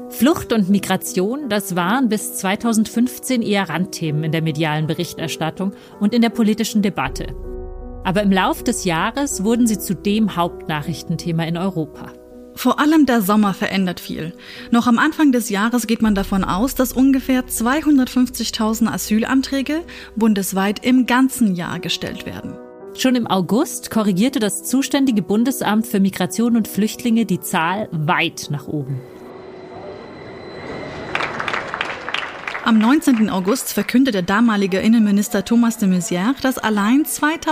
Flucht und Migration, das waren bis 2015 eher Randthemen in der medialen Berichterstattung und in der politischen Debatte. Aber im Lauf des Jahres wurden sie zu dem Hauptnachrichtenthema in Europa. Vor allem der Sommer verändert viel. Noch am Anfang des Jahres geht man davon aus, dass ungefähr 250.000 Asylanträge bundesweit im ganzen Jahr gestellt werden. Schon im August korrigierte das zuständige Bundesamt für Migration und Flüchtlinge die Zahl weit nach oben. Am 19. August verkündete damalige Innenminister Thomas de Maizière, dass allein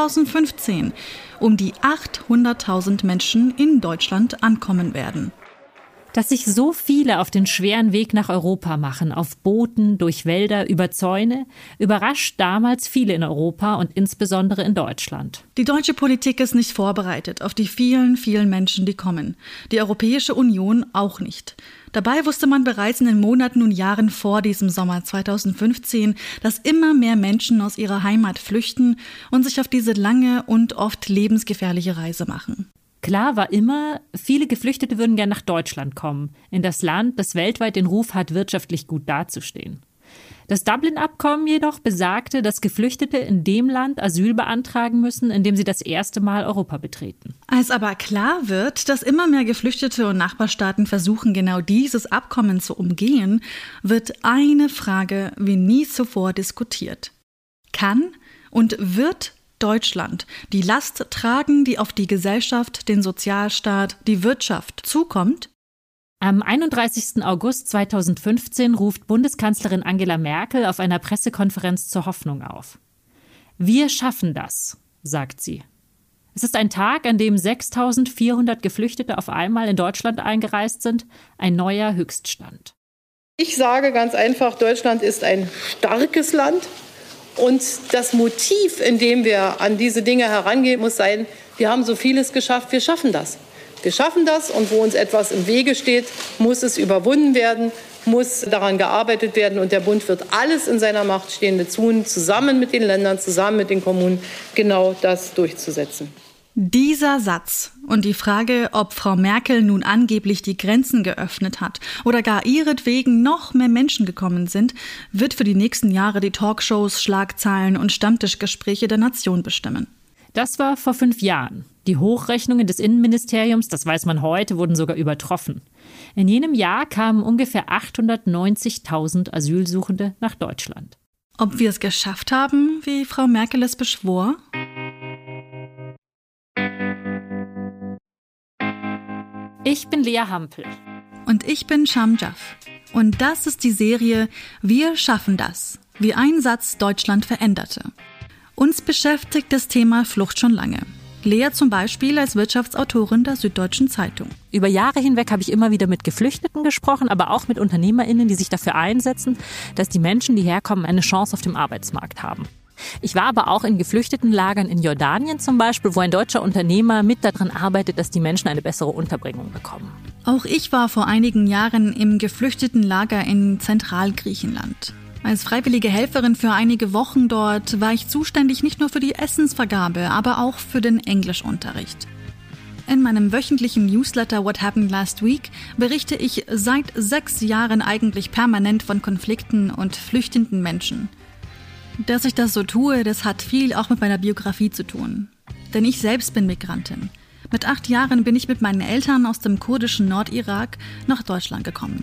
2015 um die 800.000 Menschen in Deutschland ankommen werden. Dass sich so viele auf den schweren Weg nach Europa machen, auf Booten, durch Wälder, über Zäune, überrascht damals viele in Europa und insbesondere in Deutschland. Die deutsche Politik ist nicht vorbereitet auf die vielen, vielen Menschen, die kommen. Die Europäische Union auch nicht. Dabei wusste man bereits in den Monaten und Jahren vor diesem Sommer 2015, dass immer mehr Menschen aus ihrer Heimat flüchten und sich auf diese lange und oft lebensgefährliche Reise machen. Klar war immer, viele Geflüchtete würden gern nach Deutschland kommen, in das Land, das weltweit den Ruf hat, wirtschaftlich gut dazustehen. Das Dublin-Abkommen jedoch besagte, dass Geflüchtete in dem Land Asyl beantragen müssen, in dem sie das erste Mal Europa betreten. Als aber klar wird, dass immer mehr Geflüchtete und Nachbarstaaten versuchen, genau dieses Abkommen zu umgehen, wird eine Frage wie nie zuvor diskutiert. Kann und wird Deutschland die Last tragen, die auf die Gesellschaft, den Sozialstaat, die Wirtschaft zukommt? Am 31. August 2015 ruft Bundeskanzlerin Angela Merkel auf einer Pressekonferenz zur Hoffnung auf. Wir schaffen das, sagt sie. Es ist ein Tag, an dem 6.400 Geflüchtete auf einmal in Deutschland eingereist sind, ein neuer Höchststand. Ich sage ganz einfach, Deutschland ist ein starkes Land. Und das Motiv, in dem wir an diese Dinge herangehen, muss sein, wir haben so vieles geschafft, wir schaffen das. Wir schaffen das und wo uns etwas im Wege steht, muss es überwunden werden, muss daran gearbeitet werden. Und der Bund wird alles in seiner Macht Stehende tun, zusammen mit den Ländern, zusammen mit den Kommunen, genau das durchzusetzen. Dieser Satz und die Frage, ob Frau Merkel nun angeblich die Grenzen geöffnet hat oder gar ihretwegen noch mehr Menschen gekommen sind, wird für die nächsten Jahre die Talkshows, Schlagzeilen und Stammtischgespräche der Nation bestimmen. Das war vor 5 Jahren. Die Hochrechnungen des Innenministeriums, das weiß man heute, wurden sogar übertroffen. In jenem Jahr kamen ungefähr 890.000 Asylsuchende nach Deutschland. Ob wir es geschafft haben, wie Frau Merkel es beschwor? Ich bin Lea Hampel. Und ich bin Sham Jaff. Und das ist die Serie Wir schaffen das, wie ein Satz Deutschland veränderte. Uns beschäftigt das Thema Flucht schon lange. Lea zum Beispiel als Wirtschaftsautorin der Süddeutschen Zeitung. Über Jahre hinweg habe ich immer wieder mit Geflüchteten gesprochen, aber auch mit UnternehmerInnen, die sich dafür einsetzen, dass die Menschen, die herkommen, eine Chance auf dem Arbeitsmarkt haben. Ich war aber auch in Geflüchtetenlagern in Jordanien zum Beispiel, wo ein deutscher Unternehmer mit daran arbeitet, dass die Menschen eine bessere Unterbringung bekommen. Auch ich war vor einigen Jahren im Geflüchtetenlager in Zentralgriechenland. Als freiwillige Helferin für einige Wochen dort war ich zuständig nicht nur für die Essensvergabe, aber auch für den Englischunterricht. In meinem wöchentlichen Newsletter What Happened Last Week berichte ich seit 6 Jahren eigentlich permanent von Konflikten und flüchtenden Menschen. Dass ich das so tue, das hat viel auch mit meiner Biografie zu tun. Denn ich selbst bin Migrantin. Mit 8 Jahren bin ich mit meinen Eltern aus dem kurdischen Nordirak nach Deutschland gekommen.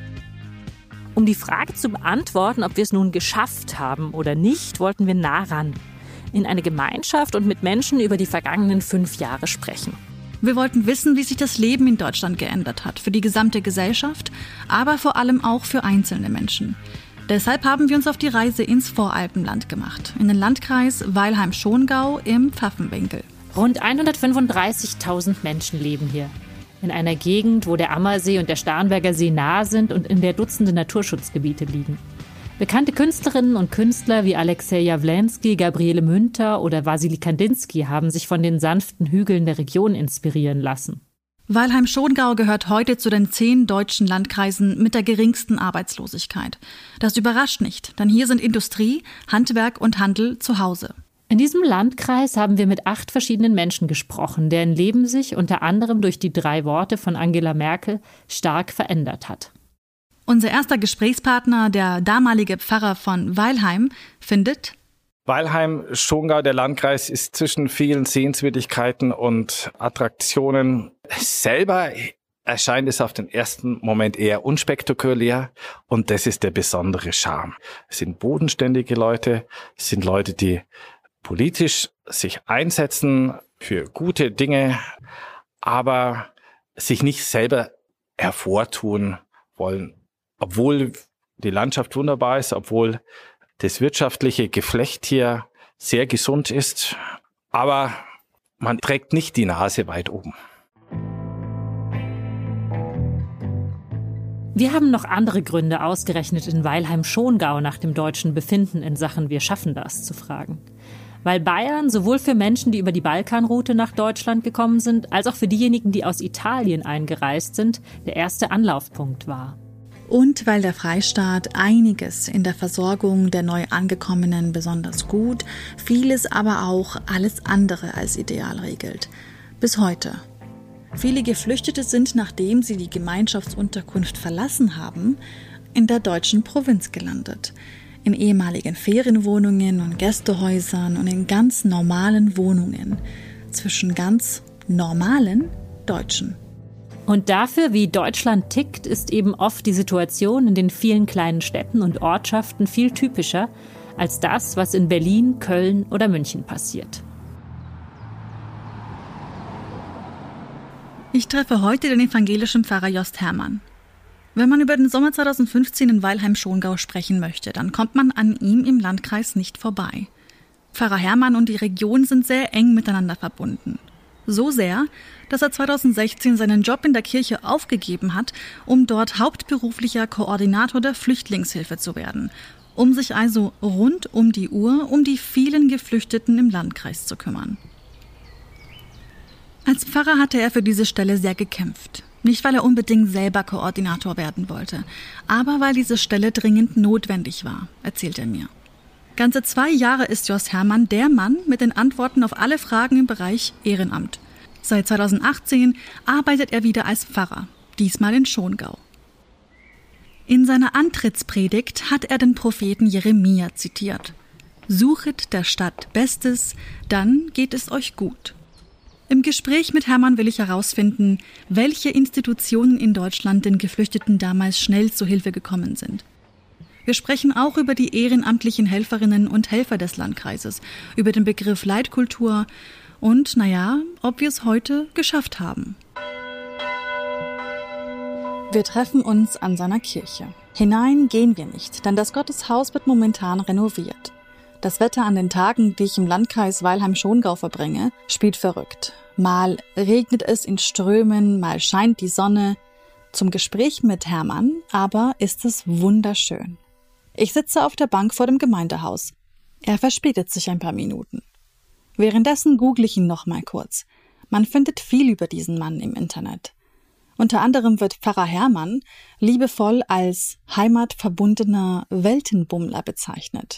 Um die Frage zu beantworten, ob wir es nun geschafft haben oder nicht, wollten wir nah ran. In eine Gemeinschaft und mit Menschen über die vergangenen 5 Jahre sprechen. Wir wollten wissen, wie sich das Leben in Deutschland geändert hat, für die gesamte Gesellschaft, aber vor allem auch für einzelne Menschen. Deshalb haben wir uns auf die Reise ins Voralpenland gemacht, in den Landkreis Weilheim-Schongau im Pfaffenwinkel. Rund 135.000 Menschen leben hier. In einer Gegend, wo der Ammersee und der Starnberger See nahe sind und in der Dutzende Naturschutzgebiete liegen. Bekannte Künstlerinnen und Künstler wie Alexej Jawlensky, Gabriele Münter oder Wassily Kandinsky haben sich von den sanften Hügeln der Region inspirieren lassen. Weilheim-Schongau gehört heute zu den 10 deutschen Landkreisen mit der geringsten Arbeitslosigkeit. Das überrascht nicht, denn hier sind Industrie, Handwerk und Handel zu Hause. In diesem Landkreis haben wir mit 8 verschiedenen Menschen gesprochen, deren Leben sich unter anderem durch die 3 Worte von Angela Merkel stark verändert hat. Unser erster Gesprächspartner, der damalige Pfarrer von Weilheim, findet: Weilheim-Schongau, der Landkreis, ist zwischen vielen Sehenswürdigkeiten und Attraktionen. Selber erscheint es auf den ersten Moment eher unspektakulär und das ist der besondere Charme. Es sind bodenständige Leute, es sind Leute, die politisch sich einsetzen für gute Dinge, aber sich nicht selber hervortun wollen. Obwohl die Landschaft wunderbar ist, obwohl das wirtschaftliche Geflecht hier sehr gesund ist, aber man trägt nicht die Nase weit oben. Wir haben noch andere Gründe, ausgerechnet in Weilheim-Schongau nach dem deutschen Befinden in Sachen Wir schaffen das zu fragen. Weil Bayern sowohl für Menschen, die über die Balkanroute nach Deutschland gekommen sind, als auch für diejenigen, die aus Italien eingereist sind, der erste Anlaufpunkt war. Und weil der Freistaat einiges in der Versorgung der neu Angekommenen besonders gut, vieles aber auch alles andere als ideal regelt. Bis heute. Viele Geflüchtete sind, nachdem sie die Gemeinschaftsunterkunft verlassen haben, in der deutschen Provinz gelandet. In ehemaligen Ferienwohnungen und Gästehäusern und in ganz normalen Wohnungen. Zwischen ganz normalen Deutschen. Und dafür, wie Deutschland tickt, ist eben oft die Situation in den vielen kleinen Städten und Ortschaften viel typischer als das, was in Berlin, Köln oder München passiert. Ich treffe heute den evangelischen Pfarrer Jost Hermann. Wenn man über den Sommer 2015 in Weilheim-Schongau sprechen möchte, dann kommt man an ihm im Landkreis nicht vorbei. Pfarrer Hermann und die Region sind sehr eng miteinander verbunden. So sehr, dass er 2016 seinen Job in der Kirche aufgegeben hat, um dort hauptberuflicher Koordinator der Flüchtlingshilfe zu werden, um sich also rund um die Uhr um die vielen Geflüchteten im Landkreis zu kümmern. Als Pfarrer hatte er für diese Stelle sehr gekämpft. Nicht, weil er unbedingt selber Koordinator werden wollte, aber weil diese Stelle dringend notwendig war, erzählt er mir. Ganze 2 Jahre ist Jost Hermann der Mann mit den Antworten auf alle Fragen im Bereich Ehrenamt. Seit 2018 arbeitet er wieder als Pfarrer, diesmal in Schongau. In seiner Antrittspredigt hat er den Propheten Jeremia zitiert. Suchet der Stadt Bestes, dann geht es euch gut. Im Gespräch mit Hermann will ich herausfinden, welche Institutionen in Deutschland den Geflüchteten damals schnell zu Hilfe gekommen sind. Wir sprechen auch über die ehrenamtlichen Helferinnen und Helfer des Landkreises, über den Begriff Leitkultur und, ob wir es heute geschafft haben. Wir treffen uns an seiner Kirche. Hinein gehen wir nicht, denn das Gotteshaus wird momentan renoviert. Das Wetter an den Tagen, die ich im Landkreis Weilheim-Schongau verbringe, spielt verrückt. Mal regnet es in Strömen, mal scheint die Sonne. Zum Gespräch mit Hermann aber ist es wunderschön. Ich sitze auf der Bank vor dem Gemeindehaus. Er verspätet sich ein paar Minuten. Währenddessen google ich ihn noch mal kurz. Man findet viel über diesen Mann im Internet. Unter anderem wird Pfarrer Hermann liebevoll als heimatverbundener Weltenbummler bezeichnet.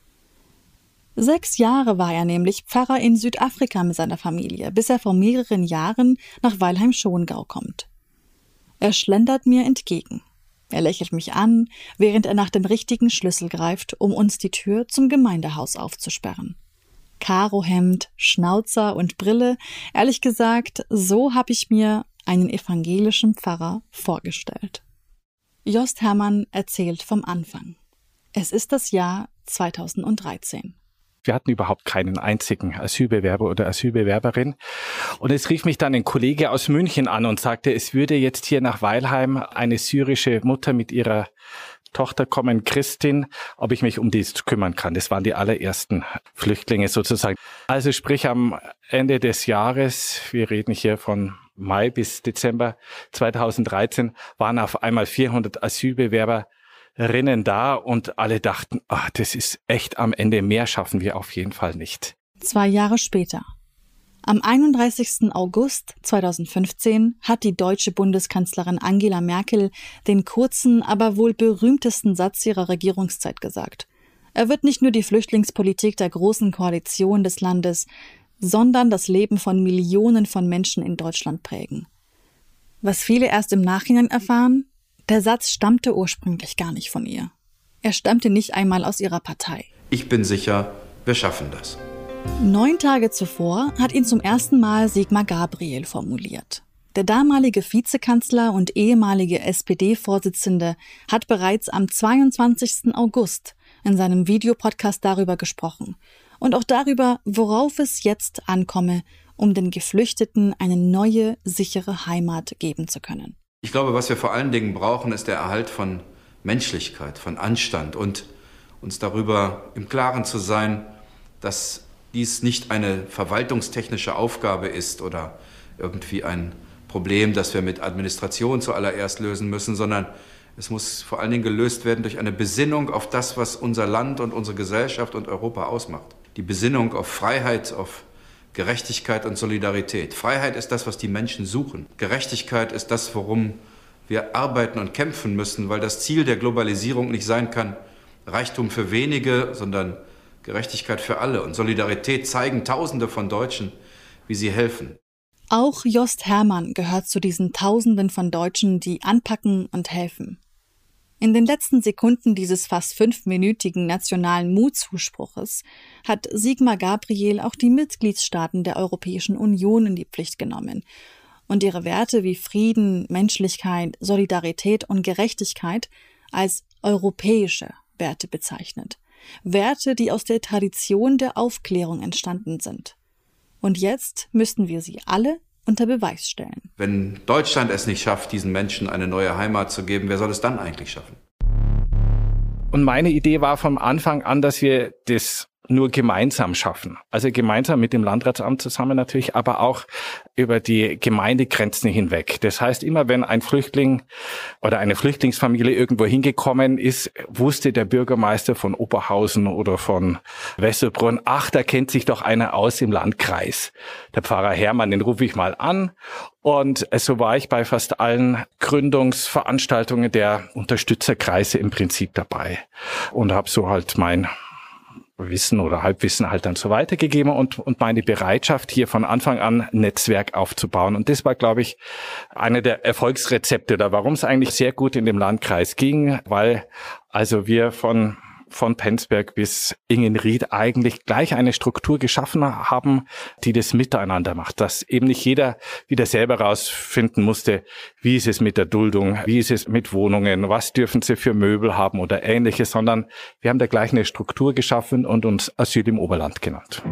6 Jahre war er nämlich Pfarrer in Südafrika mit seiner Familie, bis er vor mehreren Jahren nach Weilheim-Schongau kommt. Er schlendert mir entgegen. Er lächelt mich an, während er nach dem richtigen Schlüssel greift, um uns die Tür zum Gemeindehaus aufzusperren. Karohemd, Schnauzer und Brille, ehrlich gesagt, so habe ich mir einen evangelischen Pfarrer vorgestellt. Jost Hermann erzählt vom Anfang. Es ist das Jahr 2013. Wir hatten überhaupt keinen einzigen Asylbewerber oder Asylbewerberin. Und es rief mich dann ein Kollege aus München an und sagte, es würde jetzt hier nach Weilheim eine syrische Mutter mit ihrer Tochter kommen, Christin, ob ich mich um die kümmern kann. Das waren die allerersten Flüchtlinge sozusagen. Also sprich am Ende des Jahres, wir reden hier von Mai bis Dezember 2013, waren auf einmal 400 Asylbewerberinnen da und alle dachten, das ist echt am Ende, mehr schaffen wir auf jeden Fall nicht. 2 Jahre später. Am 31. August 2015 hat die deutsche Bundeskanzlerin Angela Merkel den kurzen, aber wohl berühmtesten Satz ihrer Regierungszeit gesagt. Er wird nicht nur die Flüchtlingspolitik der Großen Koalition des Landes, sondern das Leben von Millionen von Menschen in Deutschland prägen. Was viele erst im Nachhinein erfahren, Der Satz stammte ursprünglich gar nicht von ihr. Er stammte nicht einmal aus ihrer Partei. Ich bin sicher, wir schaffen das. 9 Tage zuvor hat ihn zum ersten Mal Sigmar Gabriel formuliert. Der damalige Vizekanzler und ehemalige SPD-Vorsitzende hat bereits am 22. August in seinem Videopodcast darüber gesprochen und auch darüber, worauf es jetzt ankomme, um den Geflüchteten eine neue, sichere Heimat geben zu können. Ich glaube, was wir vor allen Dingen brauchen, ist der Erhalt von Menschlichkeit, von Anstand und uns darüber im Klaren zu sein, dass dies nicht eine verwaltungstechnische Aufgabe ist oder irgendwie ein Problem, das wir mit Administration zuallererst lösen müssen, sondern es muss vor allen Dingen gelöst werden durch eine Besinnung auf das, was unser Land und unsere Gesellschaft und Europa ausmacht. Die Besinnung auf Freiheit, auf Gerechtigkeit und Solidarität. Freiheit ist das, was die Menschen suchen. Gerechtigkeit ist das, worum wir arbeiten und kämpfen müssen, weil das Ziel der Globalisierung nicht sein kann, Reichtum für wenige, sondern Gerechtigkeit für alle. Und Solidarität zeigen Tausende von Deutschen, wie sie helfen. Auch Jost Hermann gehört zu diesen Tausenden von Deutschen, die anpacken und helfen. In den letzten Sekunden dieses fast 5-minütigen nationalen Mutzuspruches hat Sigmar Gabriel auch die Mitgliedstaaten der Europäischen Union in die Pflicht genommen und ihre Werte wie Frieden, Menschlichkeit, Solidarität und Gerechtigkeit als europäische Werte bezeichnet. Werte, die aus der Tradition der Aufklärung entstanden sind. Und jetzt müssten wir sie alle unter Beweis stellen. Wenn Deutschland es nicht schafft, diesen Menschen eine neue Heimat zu geben, wer soll es dann eigentlich schaffen? Und meine Idee war vom Anfang an, dass wir das nur gemeinsam schaffen. Also gemeinsam mit dem Landratsamt zusammen natürlich, aber auch über die Gemeindegrenzen hinweg. Das heißt, immer wenn ein Flüchtling oder eine Flüchtlingsfamilie irgendwo hingekommen ist, wusste der Bürgermeister von Oberhausen oder von Wesselbrunn, ach, da kennt sich doch einer aus im Landkreis. Der Pfarrer Hermann, den rufe ich mal an. Und so war ich bei fast allen Gründungsveranstaltungen der Unterstützerkreise im Prinzip dabei und habe so halt mein Wissen oder Halbwissen halt dann so weitergegeben und meine Bereitschaft, hier von Anfang an ein Netzwerk aufzubauen. Und das war, glaube ich, eine der Erfolgsrezepte da, warum es eigentlich sehr gut in dem Landkreis ging, weil also wir von Penzberg bis Ingenried eigentlich gleich eine Struktur geschaffen haben, die das miteinander macht. Dass eben nicht jeder wieder selber rausfinden musste, wie ist es mit der Duldung, wie ist es mit Wohnungen, was dürfen sie für Möbel haben oder Ähnliches, sondern wir haben da gleich eine Struktur geschaffen und uns Asyl im Oberland genannt.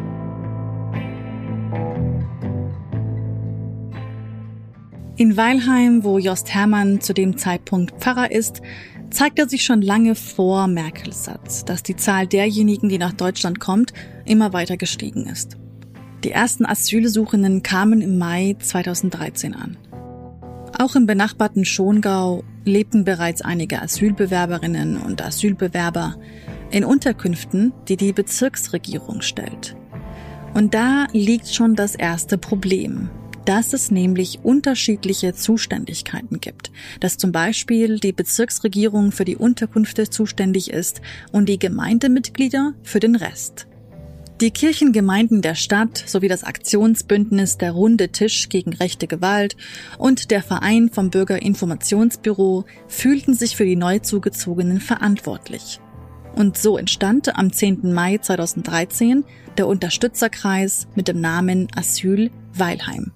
In Weilheim, wo Jost Hermann zu dem Zeitpunkt Pfarrer ist, zeigt er sich schon lange vor Merkels Satz, dass die Zahl derjenigen, die nach Deutschland kommt, immer weiter gestiegen ist. Die ersten Asylsuchenden kamen im Mai 2013 an. Auch im benachbarten Schongau lebten bereits einige Asylbewerberinnen und Asylbewerber in Unterkünften, die die Bezirksregierung stellt. Und da liegt schon das erste Problem, dass es nämlich unterschiedliche Zuständigkeiten gibt, dass zum Beispiel die Bezirksregierung für die Unterkünfte zuständig ist und die Gemeindemitglieder für den Rest. Die Kirchengemeinden der Stadt sowie das Aktionsbündnis Der Runde Tisch gegen rechte Gewalt und der Verein vom Bürgerinformationsbüro fühlten sich für die Neuzugezogenen verantwortlich. Und so entstand am 10. Mai 2013 der Unterstützerkreis mit dem Namen Asyl Weilheim.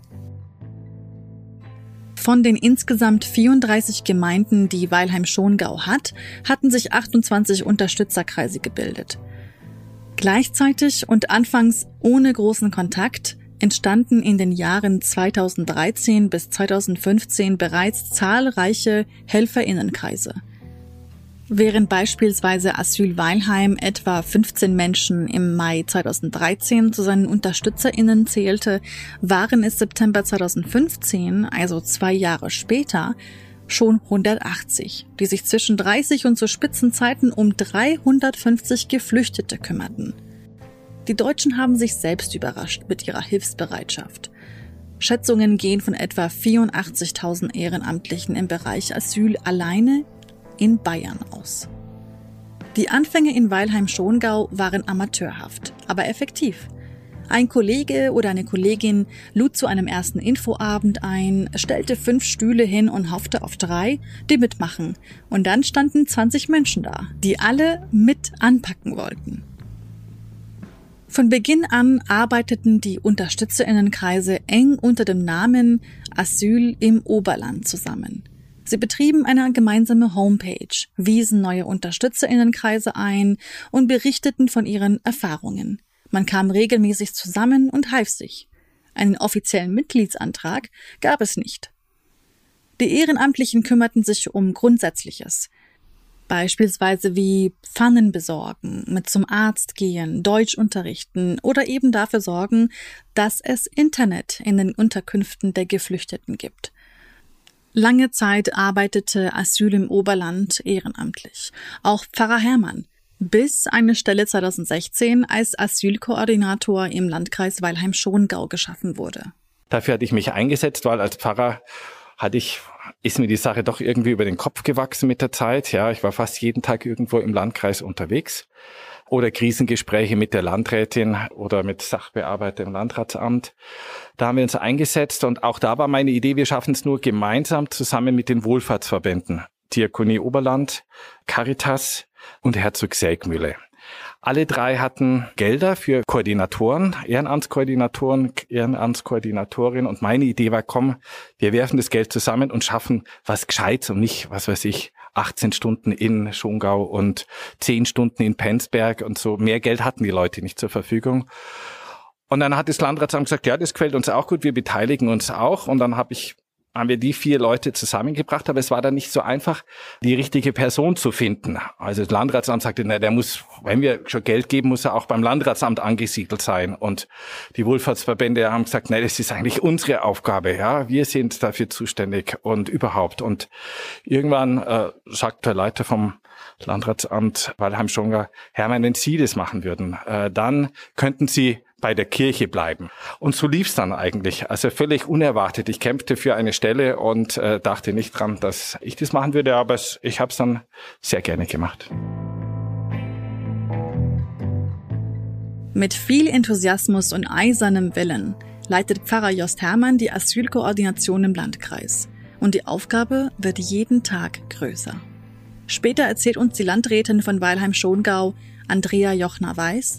Von den insgesamt 34 Gemeinden, die Weilheim-Schongau hat, hatten sich 28 Unterstützerkreise gebildet. Gleichzeitig und anfangs ohne großen Kontakt entstanden in den Jahren 2013 bis 2015 bereits zahlreiche HelferInnenkreise. Während beispielsweise Asyl Weilheim etwa 15 Menschen im Mai 2013 zu seinen UnterstützerInnen zählte, waren es September 2015, also 2 Jahre später, schon 180, die sich zwischen 30 und zu Spitzenzeiten um 350 Geflüchtete kümmerten. Die Deutschen haben sich selbst überrascht mit ihrer Hilfsbereitschaft. Schätzungen gehen von etwa 84.000 Ehrenamtlichen im Bereich Asyl alleine in Bayern aus. Die Anfänge in Weilheim-Schongau waren amateurhaft, aber effektiv. Ein Kollege oder eine Kollegin lud zu einem ersten Infoabend ein, stellte 5 Stühle hin und hoffte auf 3, die mitmachen. Und dann standen 20 Menschen da, die alle mit anpacken wollten. Von Beginn an arbeiteten die UnterstützerInnenkreise eng unter dem Namen Asyl im Oberland zusammen. Sie betrieben eine gemeinsame Homepage, wiesen neue UnterstützerInnenkreise ein und berichteten von ihren Erfahrungen. Man kam regelmäßig zusammen und half sich. Einen offiziellen Mitgliedsantrag gab es nicht. Die Ehrenamtlichen kümmerten sich um Grundsätzliches. Beispielsweise wie Pfannen besorgen, mit zum Arzt gehen, Deutsch unterrichten oder eben dafür sorgen, dass es Internet in den Unterkünften der Geflüchteten gibt. Lange Zeit arbeitete Asyl im Oberland ehrenamtlich. Auch Pfarrer Hermann, bis eine Stelle 2016 als Asylkoordinator im Landkreis Weilheim-Schongau geschaffen wurde. Dafür hatte ich mich eingesetzt, weil als Pfarrer ist mir die Sache doch irgendwie über den Kopf gewachsen mit der Zeit. Ja, ich war fast jeden Tag irgendwo im Landkreis unterwegs. Oder Krisengespräche mit der Landrätin oder mit Sachbearbeiter im Landratsamt. Da haben wir uns eingesetzt und auch da war meine Idee, wir schaffen es nur gemeinsam zusammen mit den Wohlfahrtsverbänden. Diakonie Oberland, Caritas und Herzog Seegmühle. Alle 3 hatten Gelder für Koordinatoren, Ehrenamtskoordinatorinnen und meine Idee war, komm, wir werfen das Geld zusammen und schaffen was Gescheites und nicht, 18 Stunden in Schongau und 10 Stunden in Penzberg und so. Mehr Geld hatten die Leute nicht zur Verfügung. Und dann hat das Landratsamt gesagt, ja, das gefällt uns auch gut, wir beteiligen uns auch. Und dann haben wir die 4 Leute zusammengebracht, aber es war dann nicht so einfach, die richtige Person zu finden. Also das Landratsamt sagte, der muss, wenn wir schon Geld geben, muss er auch beim Landratsamt angesiedelt sein. Und die Wohlfahrtsverbände haben gesagt, das ist eigentlich unsere Aufgabe, ja, wir sind dafür zuständig und überhaupt. Und irgendwann sagt der Leiter vom Landratsamt Weilheim-Schongau, Hermann, wenn Sie das machen würden, dann könnten Sie bei der Kirche bleiben. Und so lief's dann eigentlich. Also völlig unerwartet. Ich kämpfte für eine Stelle und dachte nicht dran, dass ich das machen würde, aber ich habe es dann sehr gerne gemacht. Mit viel Enthusiasmus und eisernem Willen leitet Pfarrer Jost Hermann die Asylkoordination im Landkreis. Und die Aufgabe wird jeden Tag größer. Später erzählt uns die Landrätin von Weilheim-Schongau, Andrea Jochner-Weiß: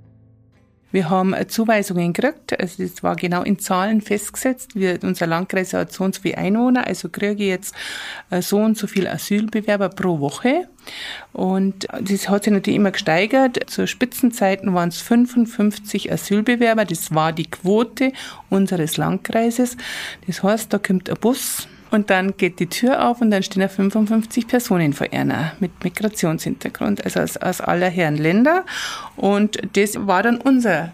Wir haben Zuweisungen gekriegt, also das war genau in Zahlen festgesetzt. Unser Landkreis hat so und so viele Einwohner, also kriege ich jetzt so und so viele Asylbewerber pro Woche. Und das hat sich natürlich immer gesteigert. Zu Spitzenzeiten waren es 55 Asylbewerber, das war die Quote unseres Landkreises. Das heißt, da kommt ein Bus und dann geht die Tür auf und dann stehen da 55 Personen vor einer mit Migrationshintergrund, also aus aller Herren Länder. Und das war dann unsere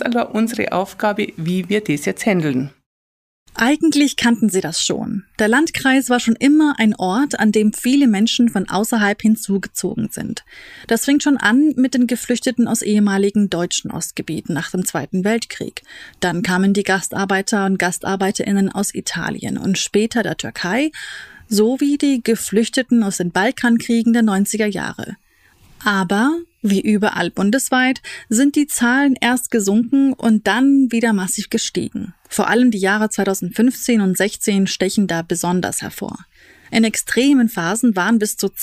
Aufgabe, wie wir das jetzt handeln. Eigentlich kannten sie das schon. Der Landkreis war schon immer ein Ort, an dem viele Menschen von außerhalb hinzugezogen sind. Das fing schon an mit den Geflüchteten aus ehemaligen deutschen Ostgebieten nach dem Zweiten Weltkrieg. Dann kamen die Gastarbeiter und GastarbeiterInnen aus Italien und später der Türkei, sowie die Geflüchteten aus den Balkankriegen der 90er Jahre. Aber, wie überall bundesweit, sind die Zahlen erst gesunken und dann wieder massiv gestiegen. Vor allem die Jahre 2015 und 2016 stechen da besonders hervor. In extremen Phasen waren bis zu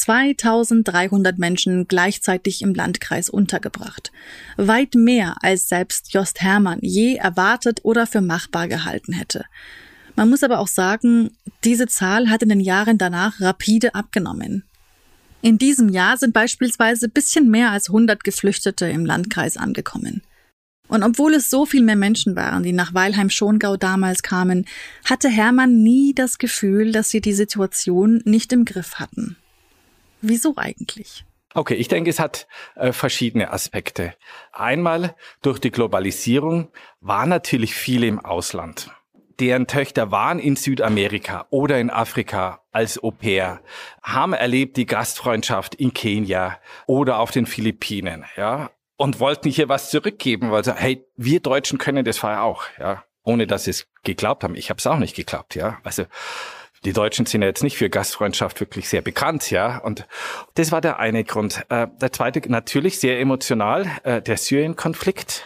2300 Menschen gleichzeitig im Landkreis untergebracht. Weit mehr, als selbst Jost Hermann je erwartet oder für machbar gehalten hätte. Man muss aber auch sagen, diese Zahl hat in den Jahren danach rapide abgenommen. In diesem Jahr sind beispielsweise ein bisschen mehr als 100 Geflüchtete im Landkreis angekommen. Und obwohl es so viel mehr Menschen waren, die nach Weilheim-Schongau damals kamen, hatte Hermann nie das Gefühl, dass sie die Situation nicht im Griff hatten. Wieso eigentlich? Okay, ich denke, es hat verschiedene Aspekte. Einmal durch die Globalisierung waren natürlich viele im Ausland. Deren Töchter waren in Südamerika oder in Afrika als Au-pair, haben erlebt die Gastfreundschaft in Kenia oder auf den Philippinen, ja, und wollten hier was zurückgeben, weil sie, hey, wir Deutschen können das vorher auch, ja, ohne dass sie es geglaubt haben. Ich habe es auch nicht geglaubt, ja. Also die Deutschen sind ja jetzt nicht für Gastfreundschaft wirklich sehr bekannt, ja. Und das war der eine Grund. Der zweite, natürlich sehr emotional, der Syrien-Konflikt.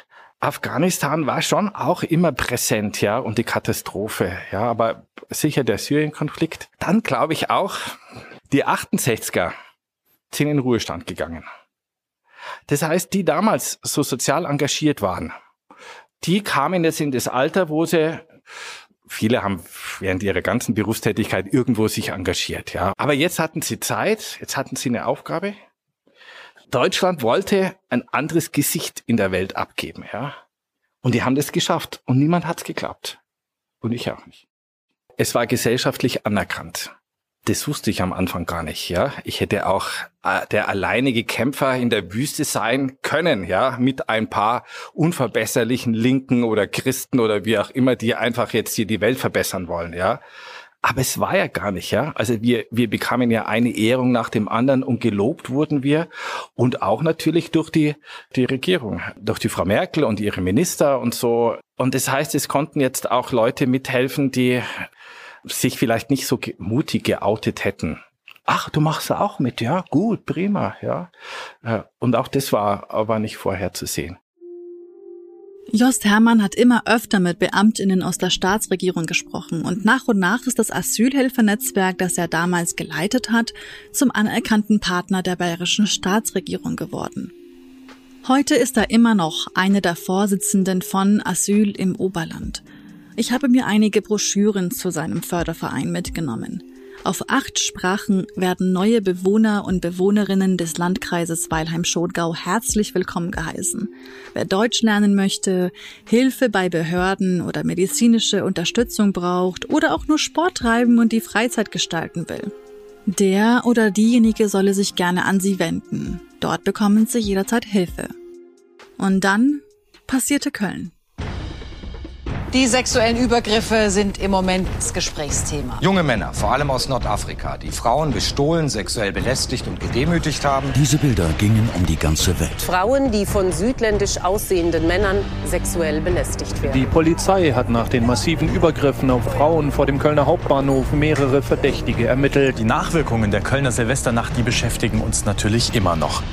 Afghanistan war schon auch immer präsent, ja, und die Katastrophe, ja, aber sicher der Syrien-Konflikt. Dann glaube ich auch, die 68er sind in den Ruhestand gegangen. Das heißt, die damals so sozial engagiert waren, die kamen jetzt in das Alter, wo viele haben während ihrer ganzen Berufstätigkeit irgendwo sich engagiert, ja. Aber jetzt hatten sie Zeit, jetzt hatten sie eine Aufgabe. Deutschland wollte ein anderes Gesicht in der Welt abgeben, ja. Und die haben das geschafft. Und niemand hat's geglaubt. Und ich auch nicht. Es war gesellschaftlich anerkannt. Das wusste ich am Anfang gar nicht, ja. Ich hätte auch der alleinige Kämpfer in der Wüste sein können, ja, mit ein paar unverbesserlichen Linken oder Christen oder wie auch immer, die einfach jetzt hier die Welt verbessern wollen, ja. Aber es war ja gar nicht, ja. Also wir bekamen ja eine Ehrung nach dem anderen und gelobt wurden wir. Und auch natürlich durch die Regierung, durch die Frau Merkel und ihre Minister und so. Und das heißt, es konnten jetzt auch Leute mithelfen, die sich vielleicht nicht so mutig geoutet hätten. Ach, du machst auch mit, ja, gut, prima, ja. Und auch das war aber nicht vorherzusehen. Jost Herrmann hat immer öfter mit BeamtInnen aus der Staatsregierung gesprochen und nach ist das Asylhilfenetzwerk, das er damals geleitet hat, zum anerkannten Partner der bayerischen Staatsregierung geworden. Heute ist er immer noch eine der Vorsitzenden von Asyl im Oberland. Ich habe mir einige Broschüren zu seinem Förderverein mitgenommen. Auf 8 Sprachen werden neue Bewohner und Bewohnerinnen des Landkreises Weilheim-Schongau herzlich willkommen geheißen. Wer Deutsch lernen möchte, Hilfe bei Behörden oder medizinische Unterstützung braucht oder auch nur Sport treiben und die Freizeit gestalten will. Der oder diejenige solle sich gerne an sie wenden. Dort bekommen sie jederzeit Hilfe. Und dann passierte Köln. Die sexuellen Übergriffe sind im Moment das Gesprächsthema. Junge Männer, vor allem aus Nordafrika, die Frauen bestohlen, sexuell belästigt und gedemütigt haben. Diese Bilder gingen um die ganze Welt. Frauen, die von südländisch aussehenden Männern sexuell belästigt werden. Die Polizei hat nach den massiven Übergriffen auf Frauen vor dem Kölner Hauptbahnhof mehrere Verdächtige ermittelt. Die Nachwirkungen der Kölner Silvesternacht, die beschäftigen uns natürlich immer noch.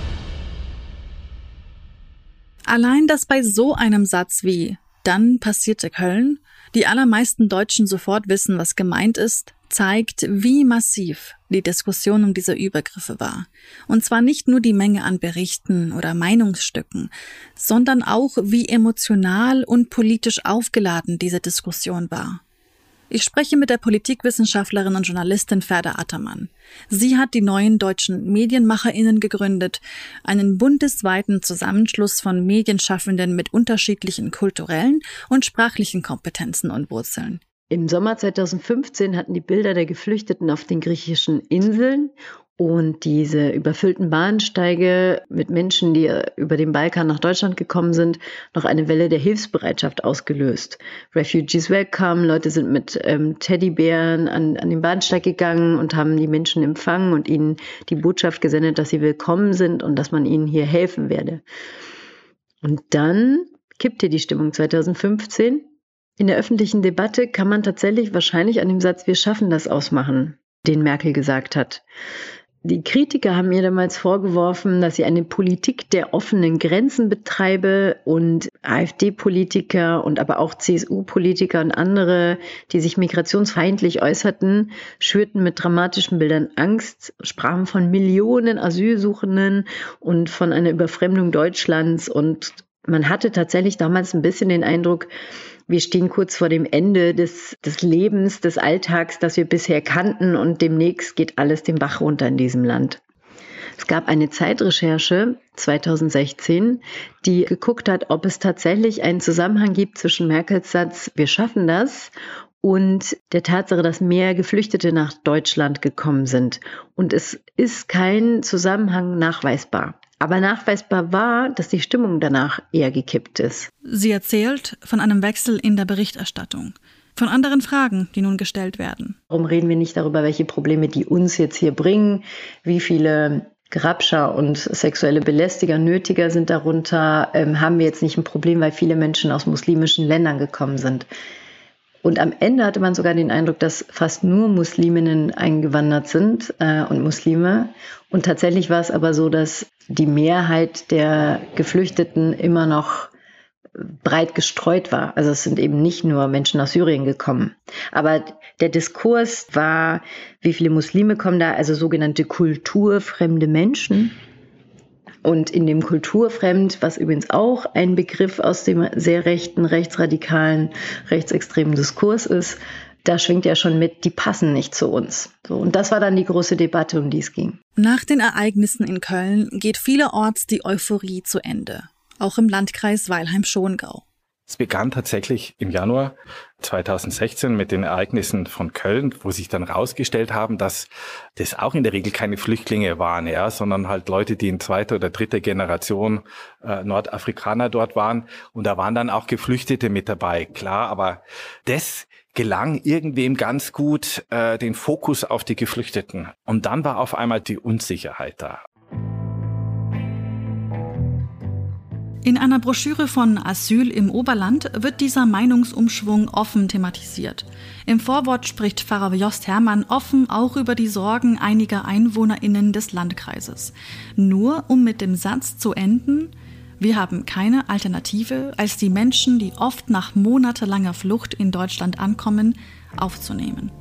Allein das bei so einem Satz wie „Dann passierte Köln", die allermeisten Deutschen sofort wissen, was gemeint ist, zeigt, wie massiv die Diskussion um diese Übergriffe war. Und zwar nicht nur die Menge an Berichten oder Meinungsstücken, sondern auch, wie emotional und politisch aufgeladen diese Diskussion war. Ich spreche mit der Politikwissenschaftlerin und Journalistin Ferda Attermann. Sie hat die neuen deutschen MedienmacherInnen gegründet, einen bundesweiten Zusammenschluss von Medienschaffenden mit unterschiedlichen kulturellen und sprachlichen Kompetenzen und Wurzeln. Im Sommer 2015 hatten die Bilder der Geflüchteten auf den griechischen Inseln und diese überfüllten Bahnsteige mit Menschen, die über den Balkan nach Deutschland gekommen sind, noch eine Welle der Hilfsbereitschaft ausgelöst. Refugees Welcome, Leute sind mit Teddybären an den Bahnsteig gegangen und haben die Menschen empfangen und ihnen die Botschaft gesendet, dass sie willkommen sind und dass man ihnen hier helfen werde. Und dann kippte die Stimmung 2015. In der öffentlichen Debatte kann man tatsächlich wahrscheinlich an dem Satz „Wir schaffen das" ausmachen, den Merkel gesagt hat. Die Kritiker haben ihr damals vorgeworfen, dass sie eine Politik der offenen Grenzen betreibe und AfD-Politiker und aber auch CSU-Politiker und andere, die sich migrationsfeindlich äußerten, schürten mit dramatischen Bildern Angst, sprachen von Millionen Asylsuchenden und von einer Überfremdung Deutschlands und man hatte tatsächlich damals ein bisschen den Eindruck, wir stehen kurz vor dem Ende des Lebens, des Alltags, das wir bisher kannten und demnächst geht alles den Bach runter in diesem Land. Es gab eine Zeitrecherche 2016, die geguckt hat, ob es tatsächlich einen Zusammenhang gibt zwischen Merkels Satz „Wir schaffen das" und der Tatsache, dass mehr Geflüchtete nach Deutschland gekommen sind. Und es ist kein Zusammenhang nachweisbar. Aber nachweisbar war, dass die Stimmung danach eher gekippt ist. Sie erzählt von einem Wechsel in der Berichterstattung, von anderen Fragen, die nun gestellt werden. Warum reden wir nicht darüber, welche Probleme die uns jetzt hier bringen? Wie viele Grabscher und sexuelle Belästiger, Nötiger sind darunter? Haben wir jetzt nicht ein Problem, weil viele Menschen aus muslimischen Ländern gekommen sind? Und am Ende hatte man sogar den Eindruck, dass fast nur Musliminnen eingewandert sind und Muslime. Und tatsächlich war es aber so, dass die Mehrheit der Geflüchteten immer noch breit gestreut war. Also es sind eben nicht nur Menschen aus Syrien gekommen. Aber der Diskurs war, wie viele Muslime kommen da, also sogenannte kulturfremde Menschen. Und in dem kulturfremd, was übrigens auch ein Begriff aus dem sehr rechten, rechtsradikalen, rechtsextremen Diskurs ist, da schwingt ja schon mit, die passen nicht zu uns. So, und das war dann die große Debatte, um die es ging. Nach den Ereignissen in Köln geht vielerorts die Euphorie zu Ende. Auch im Landkreis Weilheim-Schongau. Es begann tatsächlich im Januar 2016 mit den Ereignissen von Köln, wo sich dann rausgestellt haben, dass das auch in der Regel keine Flüchtlinge waren, ja, sondern halt Leute, die in zweiter oder dritter Generation Nordafrikaner dort waren. Und da waren dann auch Geflüchtete mit dabei, klar, aber das gelang irgendwem ganz gut, den Fokus auf die Geflüchteten. Und dann war auf einmal die Unsicherheit da. In einer Broschüre von Asyl im Oberland wird dieser Meinungsumschwung offen thematisiert. Im Vorwort spricht Pfarrer Jost Hermann offen auch über die Sorgen einiger EinwohnerInnen des Landkreises. Nur um mit dem Satz zu enden: Wir haben keine Alternative, als die Menschen, die oft nach monatelanger Flucht in Deutschland ankommen, aufzunehmen.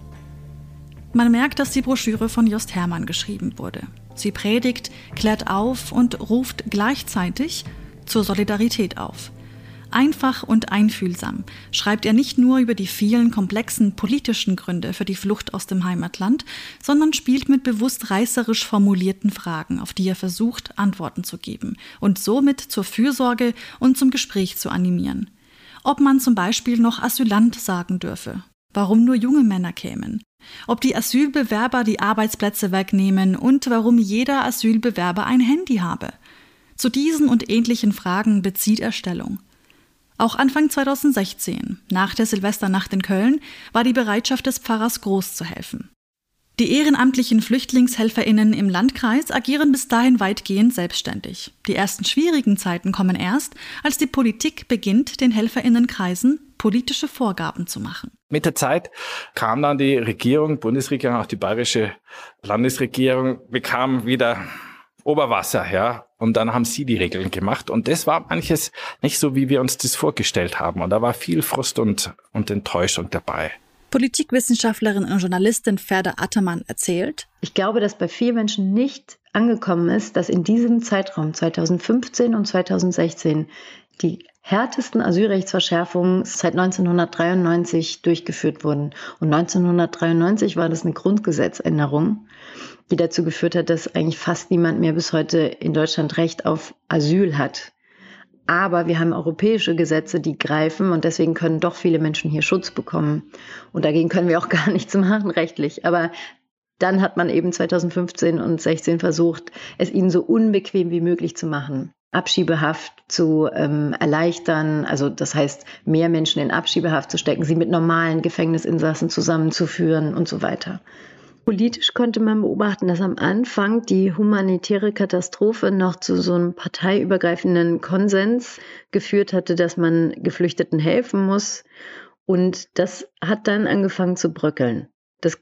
Man merkt, dass die Broschüre von Jost Hermann geschrieben wurde. Sie predigt, klärt auf und ruft gleichzeitig zur Solidarität auf. Einfach und einfühlsam schreibt er nicht nur über die vielen komplexen politischen Gründe für die Flucht aus dem Heimatland, sondern spielt mit bewusst reißerisch formulierten Fragen, auf die er versucht, Antworten zu geben und somit zur Fürsorge und zum Gespräch zu animieren. Ob man zum Beispiel noch Asylant sagen dürfe, warum nur junge Männer kämen, ob die Asylbewerber die Arbeitsplätze wegnehmen und warum jeder Asylbewerber ein Handy habe. Zu diesen und ähnlichen Fragen bezieht er Stellung. Auch Anfang 2016, nach der Silvesternacht in Köln, war die Bereitschaft des Pfarrers groß zu helfen. Die ehrenamtlichen FlüchtlingshelferInnen im Landkreis agieren bis dahin weitgehend selbstständig. Die ersten schwierigen Zeiten kommen erst, als die Politik beginnt, den HelferInnenkreisen politische Vorgaben zu machen. Mit der Zeit kam dann die Regierung, Bundesregierung, auch die bayerische Landesregierung, bekam wieder Oberwasser, ja. Und dann haben sie die Regeln gemacht. Und das war manches nicht so, wie wir uns das vorgestellt haben. Und da war viel Frust und Enttäuschung dabei. Politikwissenschaftlerin und Journalistin Ferda Attermann erzählt: Ich glaube, dass bei vielen Menschen nicht angekommen ist, dass in diesem Zeitraum 2015 und 2016 die härtesten Asylrechtsverschärfungen seit 1993 durchgeführt wurden. Und 1993 war das eine Grundgesetzänderung, die dazu geführt hat, dass eigentlich fast niemand mehr bis heute in Deutschland Recht auf Asyl hat. Aber wir haben europäische Gesetze, die greifen, und deswegen können doch viele Menschen hier Schutz bekommen. Und dagegen können wir auch gar nichts machen rechtlich. Aber dann hat man eben 2015 und 2016 versucht, es ihnen so unbequem wie möglich zu machen. Abschiebehaft zu erleichtern, also das heißt, mehr Menschen in Abschiebehaft zu stecken, sie mit normalen Gefängnisinsassen zusammenzuführen und so weiter. Politisch konnte man beobachten, dass am Anfang die humanitäre Katastrophe noch zu so einem parteiübergreifenden Konsens geführt hatte, dass man Geflüchteten helfen muss. Und das hat dann angefangen zu bröckeln. Das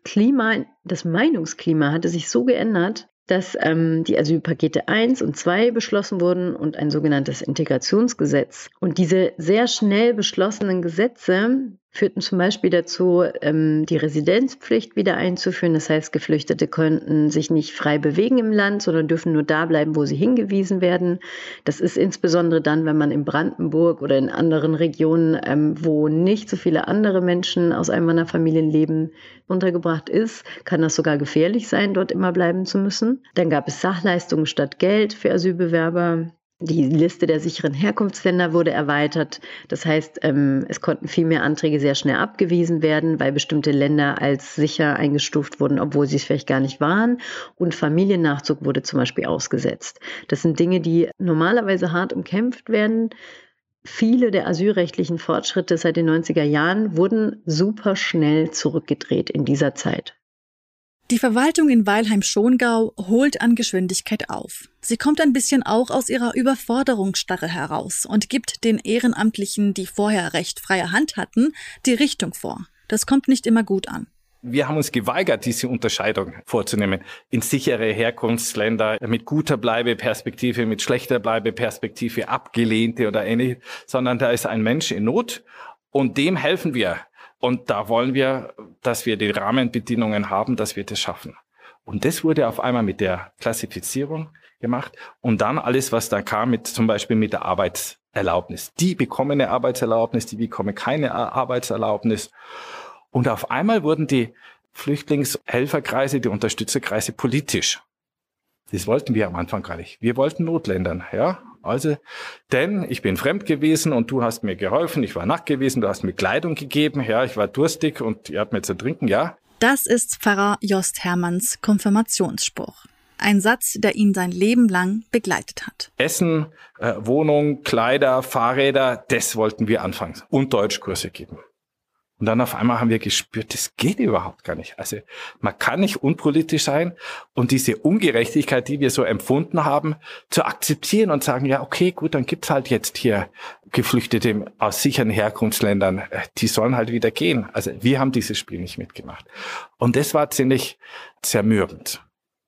Meinungsklima hatte sich so geändert, dass die Asylpakete 1 und 2 beschlossen wurden und ein sogenanntes Integrationsgesetz. Und diese sehr schnell beschlossenen Gesetze führten zum Beispiel dazu, die Residenzpflicht wieder einzuführen. Das heißt, Geflüchtete könnten sich nicht frei bewegen im Land, sondern dürfen nur da bleiben, wo sie hingewiesen werden. Das ist insbesondere dann, wenn man in Brandenburg oder in anderen Regionen, wo nicht so viele andere Menschen aus Einwanderfamilien leben, untergebracht ist, kann das sogar gefährlich sein, dort immer bleiben zu müssen. Dann gab es Sachleistungen statt Geld für Asylbewerber. Die Liste der sicheren Herkunftsländer wurde erweitert. Das heißt, es konnten viel mehr Anträge sehr schnell abgewiesen werden, weil bestimmte Länder als sicher eingestuft wurden, obwohl sie es vielleicht gar nicht waren. Und Familiennachzug wurde zum Beispiel ausgesetzt. Das sind Dinge, die normalerweise hart umkämpft werden. Viele der asylrechtlichen Fortschritte seit den 90er Jahren wurden super schnell zurückgedreht in dieser Zeit. Die Verwaltung in Weilheim-Schongau holt an Geschwindigkeit auf. Sie kommt ein bisschen auch aus ihrer Überforderungsstarre heraus und gibt den Ehrenamtlichen, die vorher recht freie Hand hatten, die Richtung vor. Das kommt nicht immer gut an. wir haben uns geweigert, diese Unterscheidung vorzunehmen in sichere Herkunftsländer mit guter Bleibeperspektive, mit schlechter Bleibeperspektive, abgelehnte oder ähnlich, sondern da ist ein Mensch in Not und dem helfen wir. Und da wollen wir, dass wir die Rahmenbedingungen haben, dass wir das schaffen. Und das wurde auf einmal mit der Klassifizierung gemacht und dann alles, was da kam, mit zum Beispiel mit der Arbeitserlaubnis. Die bekommen eine Arbeitserlaubnis, die bekommen keine Arbeitserlaubnis. Und auf einmal wurden die Flüchtlingshelferkreise, die Unterstützerkreise politisch. Das wollten wir am Anfang gar nicht. Wir wollten Notländern, ja. Also, denn ich bin fremd gewesen und du hast mir geholfen. Ich war nackt gewesen, du hast mir Kleidung gegeben, ja. Ich war durstig und ihr habt mir zu trinken, ja. Das ist Pfarrer Jost Hermanns Konfirmationsspruch. Ein Satz, der ihn sein Leben lang begleitet hat. Essen, Wohnung, Kleider, Fahrräder, das wollten wir anfangen und Deutschkurse geben. Und dann auf einmal haben wir gespürt, das geht überhaupt gar nicht. Also man kann nicht unpolitisch sein und diese Ungerechtigkeit, die wir so empfunden haben, zu akzeptieren und sagen, ja okay, gut, dann gibt's halt jetzt hier Geflüchtete aus sicheren Herkunftsländern, die sollen halt wieder gehen. Also wir haben dieses Spiel nicht mitgemacht. Und das war ziemlich zermürbend.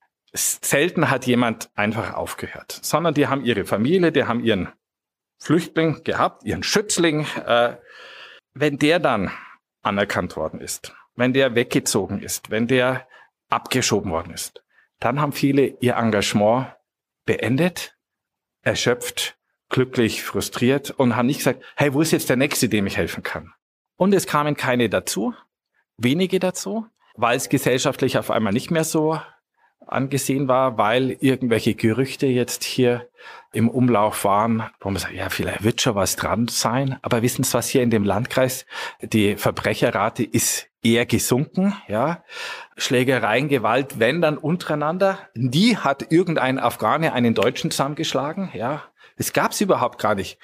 Selten hat jemand einfach aufgehört, sondern die haben ihre Familie, die haben ihren Flüchtling gehabt, ihren Schützling. Wenn der dann anerkannt worden ist, wenn der weggezogen ist, wenn der abgeschoben worden ist, dann haben viele ihr Engagement beendet, erschöpft, glücklich, frustriert und haben nicht gesagt, hey, wo ist jetzt der Nächste, dem ich helfen kann? Und es kamen keine dazu, wenige dazu, weil es gesellschaftlich auf einmal nicht mehr so angesehen war, weil irgendwelche Gerüchte jetzt hier im Umlauf waren, wo man sagt, ja, vielleicht wird schon was dran sein. Aber wissen Sie was, hier in dem Landkreis, die Verbrecherrate ist eher gesunken, ja. Schlägereien, Gewalt, wenn dann untereinander. Nie hat irgendein Afghane einen Deutschen zusammengeschlagen, ja. Das gab's überhaupt gar nicht.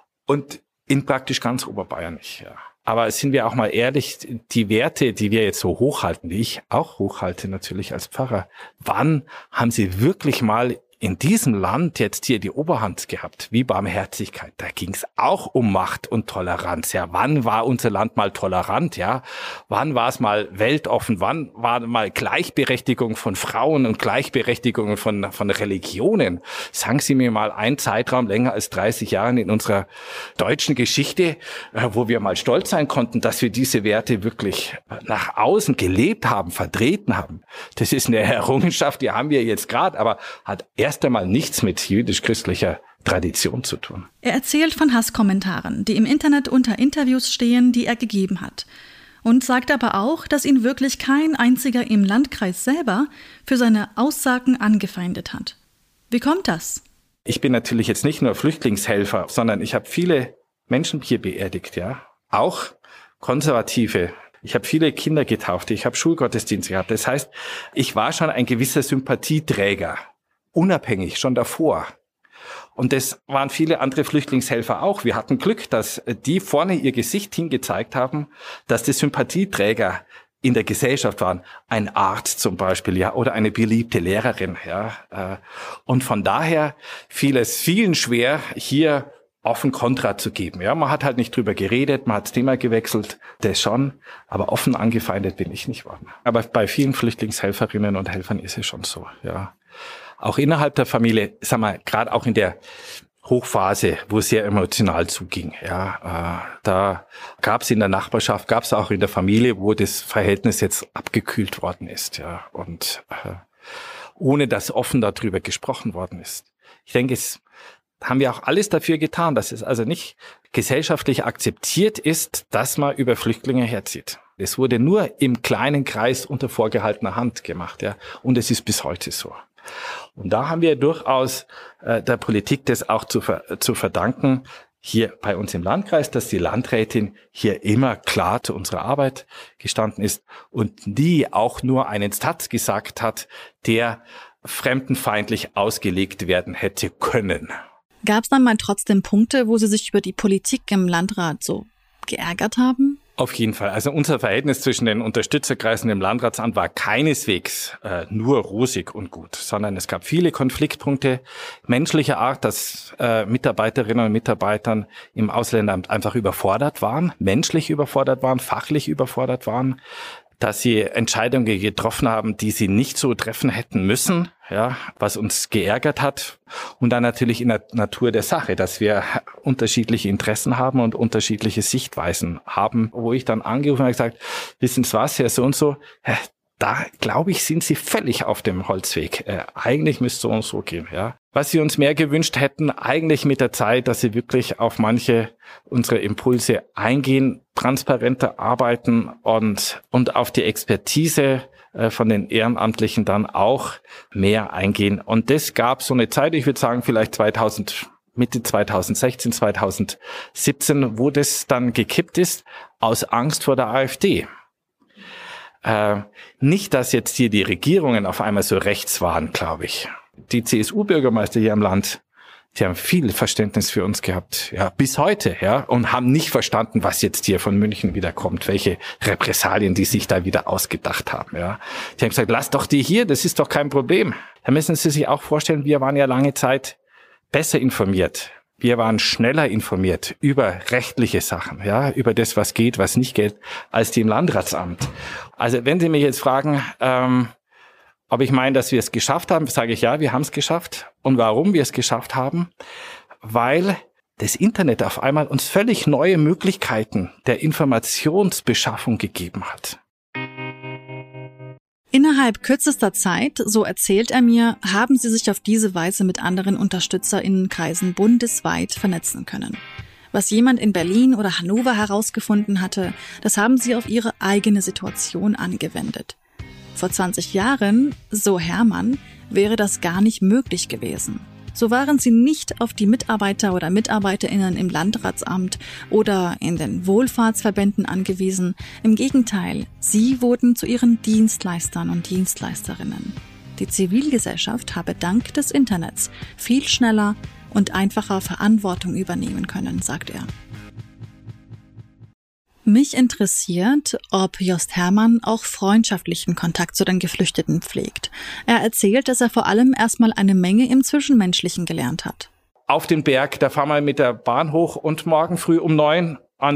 Und in praktisch ganz Oberbayern nicht, ja. Aber sind wir auch mal ehrlich, die Werte, die wir jetzt so hochhalten, die ich auch hochhalte natürlich als Pfarrer, wann haben sie wirklich mal in diesem Land jetzt hier die Oberhand gehabt, wie Barmherzigkeit? Da ging es auch um Macht und Toleranz. Ja, wann war unser Land mal tolerant? Ja, wann war es mal weltoffen? Wann war mal Gleichberechtigung von Frauen und Gleichberechtigung von Religionen? Sagen Sie mir mal einen Zeitraum länger als 30 Jahren in unserer deutschen Geschichte, wo wir mal stolz sein konnten, dass wir diese Werte wirklich nach außen gelebt haben, vertreten haben. Das ist eine Errungenschaft, die haben wir jetzt gerade, aber hat erst einmal nichts mit jüdisch-christlicher Tradition zu tun. Er erzählt von Hasskommentaren, die im Internet unter Interviews stehen, die er gegeben hat. Und sagt aber auch, dass ihn wirklich kein einziger im Landkreis selber für seine Aussagen angefeindet hat. Wie kommt das? Ich bin natürlich jetzt nicht nur Flüchtlingshelfer, sondern ich habe viele Menschen hier beerdigt, ja. Auch Konservative. Ich habe viele Kinder getauft, ich habe Schulgottesdienste gehabt. Das heißt, ich war schon ein gewisser Sympathieträger. Unabhängig, schon davor. Und das waren viele andere Flüchtlingshelfer auch. Wir hatten Glück, dass die vorne ihr Gesicht hingezeigt haben, dass die Sympathieträger in der Gesellschaft waren. Ein Arzt zum Beispiel, ja, oder eine beliebte Lehrerin, ja. Und von daher fiel es vielen schwer, hier offen Kontra zu geben. Ja, man hat halt nicht drüber geredet, man hat das Thema gewechselt, das schon, aber offen angefeindet bin ich nicht worden. Aber bei vielen Flüchtlingshelferinnen und Helfern ist es schon so, ja. Auch innerhalb der Familie, sagen wir, gerade auch in der Hochphase, wo es sehr emotional zuging, ja, da gab es in der Nachbarschaft, gab es auch in der Familie, wo das Verhältnis jetzt abgekühlt worden ist, ja, und ohne dass offen darüber gesprochen worden ist. Ich denke, es haben wir auch alles dafür getan, dass es also nicht gesellschaftlich akzeptiert ist, dass man über Flüchtlinge herzieht. Es wurde nur im kleinen Kreis unter vorgehaltener Hand gemacht, ja, und es ist bis heute so. Und da haben wir durchaus der Politik das auch zu verdanken, hier bei uns im Landkreis, dass die Landrätin hier immer klar zu unserer Arbeit gestanden ist und nie auch nur einen Satz gesagt hat, der fremdenfeindlich ausgelegt werden hätte können. Gab es dann mal trotzdem Punkte, wo Sie sich über die Politik im Landrat so geärgert haben? Auf jeden Fall. Also unser Verhältnis zwischen den Unterstützerkreisen im Landratsamt war keineswegs nur rosig und gut, sondern es gab viele Konfliktpunkte menschlicher Art, dass Mitarbeiterinnen und Mitarbeitern im Ausländeramt einfach überfordert waren, menschlich überfordert waren, fachlich überfordert waren, dass sie Entscheidungen getroffen haben, die sie nicht so treffen hätten müssen, ja, was uns geärgert hat. Und dann natürlich in der Natur der Sache, dass wir unterschiedliche Interessen haben und unterschiedliche Sichtweisen haben, wo ich dann angerufen habe und gesagt, wissen Sie was, Herr so und so, da, glaube ich, sind Sie völlig auf dem Holzweg. Eigentlich müsste es so und so gehen, ja. Was wir uns mehr gewünscht hätten, eigentlich mit der Zeit, dass Sie wirklich auf manche unserer Impulse eingehen, transparenter arbeiten und auf die Expertise von den Ehrenamtlichen dann auch mehr eingehen. Und das gab so eine Zeit, ich würde sagen vielleicht Mitte 2016, 2017, wo das dann gekippt ist, aus Angst vor der AfD. Nicht, dass jetzt hier die Regierungen auf einmal so rechts waren, glaube ich. Die CSU-Bürgermeister hier im Land, die haben viel Verständnis für uns gehabt, ja, bis heute, ja, und haben nicht verstanden, was jetzt hier von München wieder kommt, welche Repressalien die sich da wieder ausgedacht haben, ja. Die haben gesagt, lass doch die hier, das ist doch kein Problem. Da müssen Sie sich auch vorstellen, wir waren ja lange Zeit besser informiert. Wir waren schneller informiert über rechtliche Sachen, ja, über das, was geht, was nicht geht, als die im Landratsamt. Also wenn Sie mich jetzt fragen, ob ich meine, dass wir es geschafft haben, sage ich ja, wir haben es geschafft. Und warum wir es geschafft haben? Weil das Internet auf einmal uns völlig neue Möglichkeiten der Informationsbeschaffung gegeben hat. Innerhalb kürzester Zeit, so erzählt er mir, haben sie sich auf diese Weise mit anderen UnterstützerInnenkreisen bundesweit vernetzen können. Was jemand in Berlin oder Hannover herausgefunden hatte, das haben sie auf ihre eigene Situation angewendet. Vor 20 Jahren, so Hermann, wäre das gar nicht möglich gewesen. So waren sie nicht auf die Mitarbeiter oder MitarbeiterInnen im Landratsamt oder in den Wohlfahrtsverbänden angewiesen. Im Gegenteil, sie wurden zu ihren Dienstleistern und Dienstleisterinnen. Die Zivilgesellschaft habe dank des Internets viel schneller und einfacher Verantwortung übernehmen können, sagt er. Mich interessiert, ob Jost Hermann auch freundschaftlichen Kontakt zu den Geflüchteten pflegt. Er erzählt, dass er vor allem erstmal eine Menge im Zwischenmenschlichen gelernt hat. Auf den Berg, da fahren wir mit der Bahn hoch und morgen früh um 9 am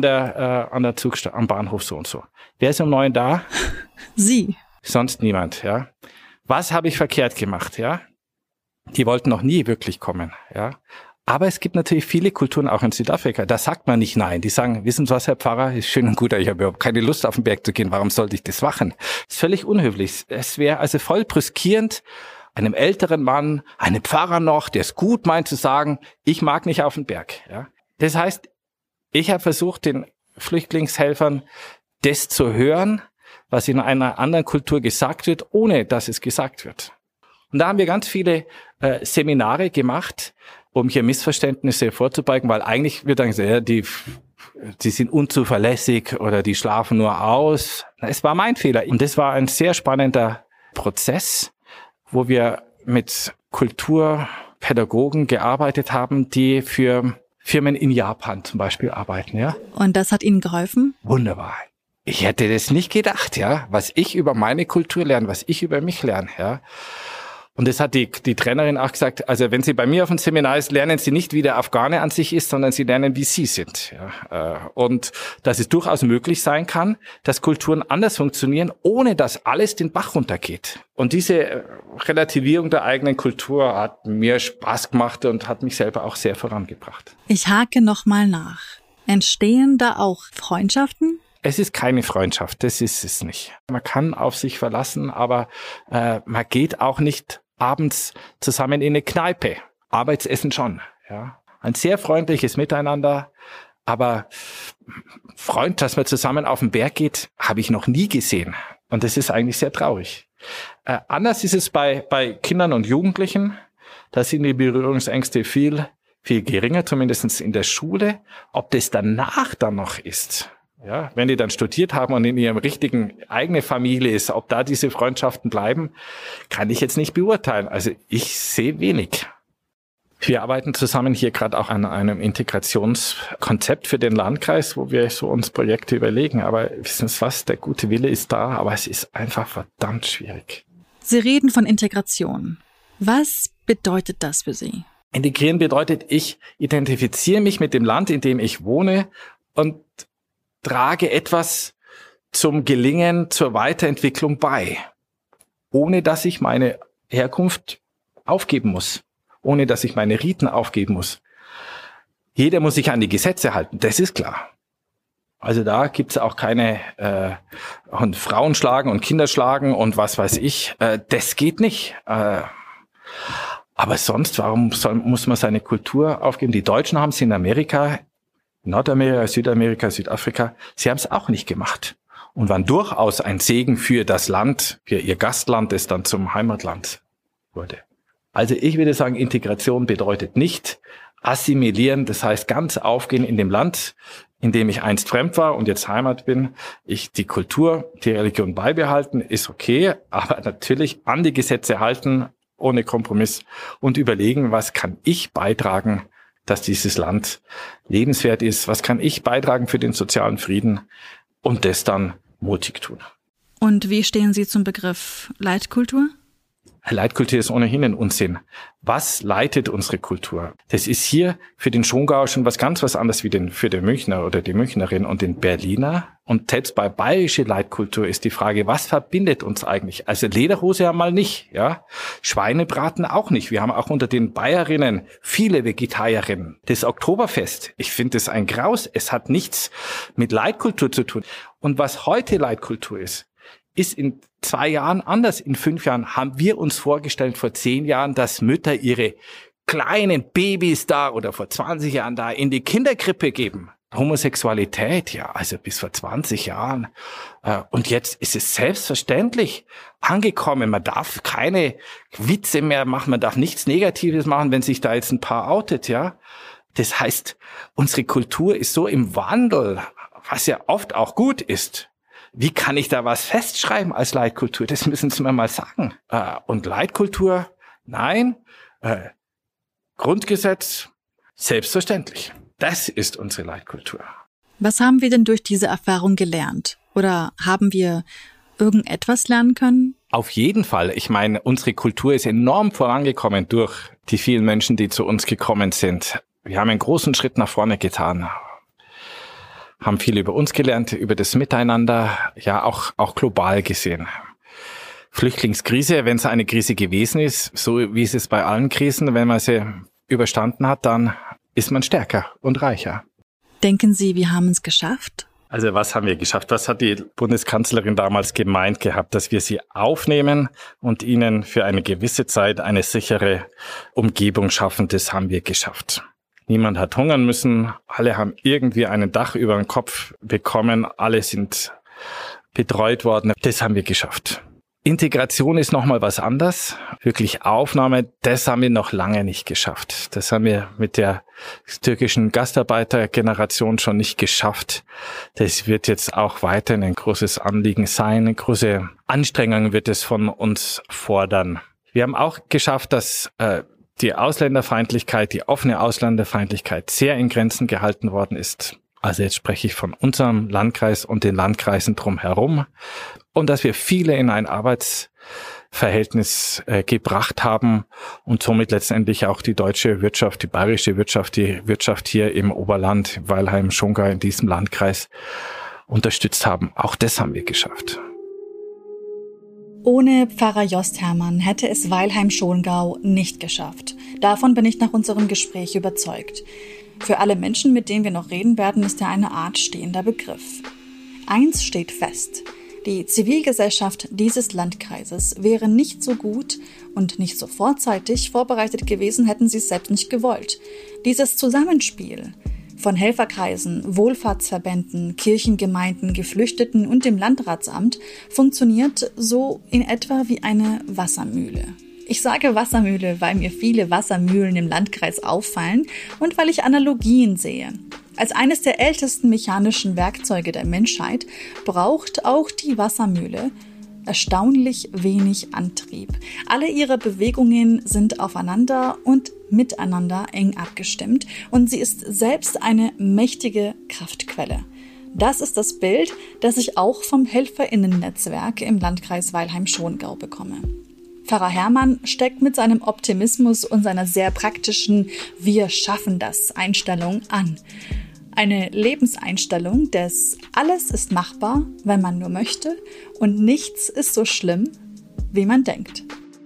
Bahnhof so und so. Wer ist um 9 da? Sie. Sonst niemand, ja. Was habe ich verkehrt gemacht, ja? Die wollten noch nie wirklich kommen, ja. Aber es gibt natürlich viele Kulturen, auch in Südafrika, da sagt man nicht nein. Die sagen, wissen Sie was, Herr Pfarrer, ist schön und gut, aber ich habe überhaupt keine Lust, auf den Berg zu gehen. Warum sollte ich das machen? Das ist völlig unhöflich. Es wäre also voll brüskierend, einem älteren Mann, einem Pfarrer noch, der es gut meint, zu sagen, ich mag nicht auf den Berg. Ja? Das heißt, ich habe versucht, den Flüchtlingshelfern das zu hören, was in einer anderen Kultur gesagt wird, ohne dass es gesagt wird. Und da haben wir ganz viele Seminare gemacht, um hier Missverständnisse vorzubeugen, weil eigentlich wird dann gesagt, ja, die sind unzuverlässig oder die schlafen nur aus. Es war mein Fehler. Und das war ein sehr spannender Prozess, wo wir mit Kulturpädagogen gearbeitet haben, die für Firmen in Japan zum Beispiel arbeiten. Ja. Und das hat Ihnen geholfen? Wunderbar. Ich hätte das nicht gedacht, ja, was ich über meine Kultur lerne, was ich über mich lerne, ja. Und das hat die Trainerin auch gesagt, also wenn Sie bei mir auf dem Seminar ist, lernen Sie nicht, wie der Afghane an sich ist, sondern Sie lernen, wie Sie sind. Ja. Und dass es durchaus möglich sein kann, dass Kulturen anders funktionieren, ohne dass alles den Bach runtergeht. Und diese Relativierung der eigenen Kultur hat mir Spaß gemacht und hat mich selber auch sehr vorangebracht. Ich hake nochmal nach. Entstehen da auch Freundschaften? Es ist keine Freundschaft, das ist es nicht. Man kann auf sich verlassen, aber man geht auch nicht abends zusammen in eine Kneipe. Arbeitsessen schon. Ja. Ein sehr freundliches Miteinander, aber dass man zusammen auf den Berg geht, habe ich noch nie gesehen. Und das ist eigentlich sehr traurig. Anders ist es bei Kindern und Jugendlichen. Da sind die Berührungsängste viel, viel geringer, zumindest in der Schule. Ob das danach dann noch ist, ja, wenn die dann studiert haben und in ihrem richtigen eigene Familie ist, ob da diese Freundschaften bleiben, kann ich jetzt nicht beurteilen. Also ich sehe wenig. Wir arbeiten zusammen hier gerade auch an einem Integrationskonzept für den Landkreis, wo wir so uns Projekte überlegen. Aber wissen Sie was, der gute Wille ist da, aber es ist einfach verdammt schwierig. Sie reden von Integration. Was bedeutet das für Sie? Integrieren bedeutet, ich identifiziere mich mit dem Land, in dem ich wohne und trage etwas zum Gelingen, zur Weiterentwicklung bei, ohne dass ich meine Herkunft aufgeben muss, ohne dass ich meine Riten aufgeben muss. Jeder muss sich an die Gesetze halten, das ist klar. Also da gibt's auch keine und Frauen schlagen und Kinder schlagen und was weiß ich. Das geht nicht. Aber sonst, muss man seine Kultur aufgeben? Die Deutschen haben es in Amerika, Nordamerika, Südamerika, Südafrika, sie haben es auch nicht gemacht. Und waren durchaus ein Segen für das Land, für ihr Gastland, das dann zum Heimatland wurde. Also ich würde sagen, Integration bedeutet nicht assimilieren, das heißt ganz aufgehen in dem Land, in dem ich einst fremd war und jetzt Heimat bin. Die Kultur, die Religion beibehalten, ist okay, aber natürlich an die Gesetze halten, ohne Kompromiss und überlegen, was kann ich beitragen, dass dieses Land lebenswert ist, was kann ich beitragen für den sozialen Frieden und das dann mutig tun. Und wie stehen Sie zum Begriff Leitkultur? Leitkultur ist ohnehin ein Unsinn. Was leitet unsere Kultur? Das ist hier für den Schongauer schon was anderes wie für den Münchner oder die Münchnerin und den Berliner. Und selbst bei bayerische Leitkultur ist die Frage, was verbindet uns eigentlich? Also Lederhose ja mal nicht, ja. Schweinebraten auch nicht. Wir haben auch unter den Bayerinnen viele Vegetarierinnen. Das Oktoberfest, ich finde das ein Graus. Es hat nichts mit Leitkultur zu tun. Und was heute Leitkultur ist in 2 Jahren anders. In 5 Jahren haben wir uns vorgestellt, vor 10 Jahren, dass Mütter ihre kleinen Babys da oder vor 20 Jahren da in die Kinderkrippe geben. Homosexualität, ja, also bis vor 20 Jahren. Und jetzt ist es selbstverständlich angekommen. Man darf keine Witze mehr machen, man darf nichts Negatives machen, wenn sich da jetzt ein Paar outet, ja. Das heißt, unsere Kultur ist so im Wandel, was ja oft auch gut ist. Wie kann ich da was festschreiben als Leitkultur? Das müssen Sie mir mal sagen. Und Leitkultur, nein. Grundgesetz, selbstverständlich. Das ist unsere Leitkultur. Was haben wir denn durch diese Erfahrung gelernt? Oder haben wir irgendetwas lernen können? Auf jeden Fall. Ich meine, unsere Kultur ist enorm vorangekommen durch die vielen Menschen, die zu uns gekommen sind. Wir haben einen großen Schritt nach vorne getan. Haben viel über uns gelernt, über das Miteinander, ja auch global gesehen. Flüchtlingskrise, wenn es eine Krise gewesen ist, so wie es bei allen Krisen, wenn man sie überstanden hat, dann ist man stärker und reicher. Denken Sie, wir haben es geschafft? Also was haben wir geschafft? Was hat die Bundeskanzlerin damals gemeint gehabt? Dass wir sie aufnehmen und ihnen für eine gewisse Zeit eine sichere Umgebung schaffen, das haben wir geschafft. Niemand hat hungern müssen, alle haben irgendwie ein Dach über den Kopf bekommen, alle sind betreut worden. Das haben wir geschafft. Integration ist nochmal was anderes. Wirklich Aufnahme, das haben wir noch lange nicht geschafft. Das haben wir mit der türkischen Gastarbeitergeneration schon nicht geschafft. Das wird jetzt auch weiterhin ein großes Anliegen sein. Eine große Anstrengung wird es von uns fordern. Wir haben auch geschafft, dass die Ausländerfeindlichkeit, die offene Ausländerfeindlichkeit sehr in Grenzen gehalten worden ist. Also jetzt spreche ich von unserem Landkreis und den Landkreisen drumherum. Und dass wir viele in ein Arbeitsverhältnis gebracht haben und somit letztendlich auch die deutsche Wirtschaft, die bayerische Wirtschaft, die Wirtschaft hier im Oberland, Weilheim, Schongau, in diesem Landkreis unterstützt haben. Auch das haben wir geschafft. Ohne Pfarrer Jost Hermann hätte es Weilheim-Schongau nicht geschafft. Davon bin ich nach unserem Gespräch überzeugt. Für alle Menschen, mit denen wir noch reden werden, ist er eine Art stehender Begriff. Eins steht fest: Die Zivilgesellschaft dieses Landkreises wäre nicht so gut und nicht so vorzeitig vorbereitet gewesen, hätten sie es selbst nicht gewollt. Dieses Zusammenspiel von Helferkreisen, Wohlfahrtsverbänden, Kirchengemeinden, Geflüchteten und dem Landratsamt funktioniert so in etwa wie eine Wassermühle. Ich sage Wassermühle, weil mir viele Wassermühlen im Landkreis auffallen und weil ich Analogien sehe. Als eines der ältesten mechanischen Werkzeuge der Menschheit braucht auch die Wassermühle erstaunlich wenig Antrieb. Alle ihre Bewegungen sind aufeinander und miteinander eng abgestimmt und sie ist selbst eine mächtige Kraftquelle. Das ist das Bild, das ich auch vom HelferInnen-Netzwerk im Landkreis Weilheim-Schongau bekomme. Pfarrer Hermann steckt mit seinem Optimismus und seiner sehr praktischen "Wir schaffen das" Einstellung an. Eine Lebenseinstellung des Alles ist machbar, wenn man nur möchte, und nichts ist so schlimm, wie man denkt.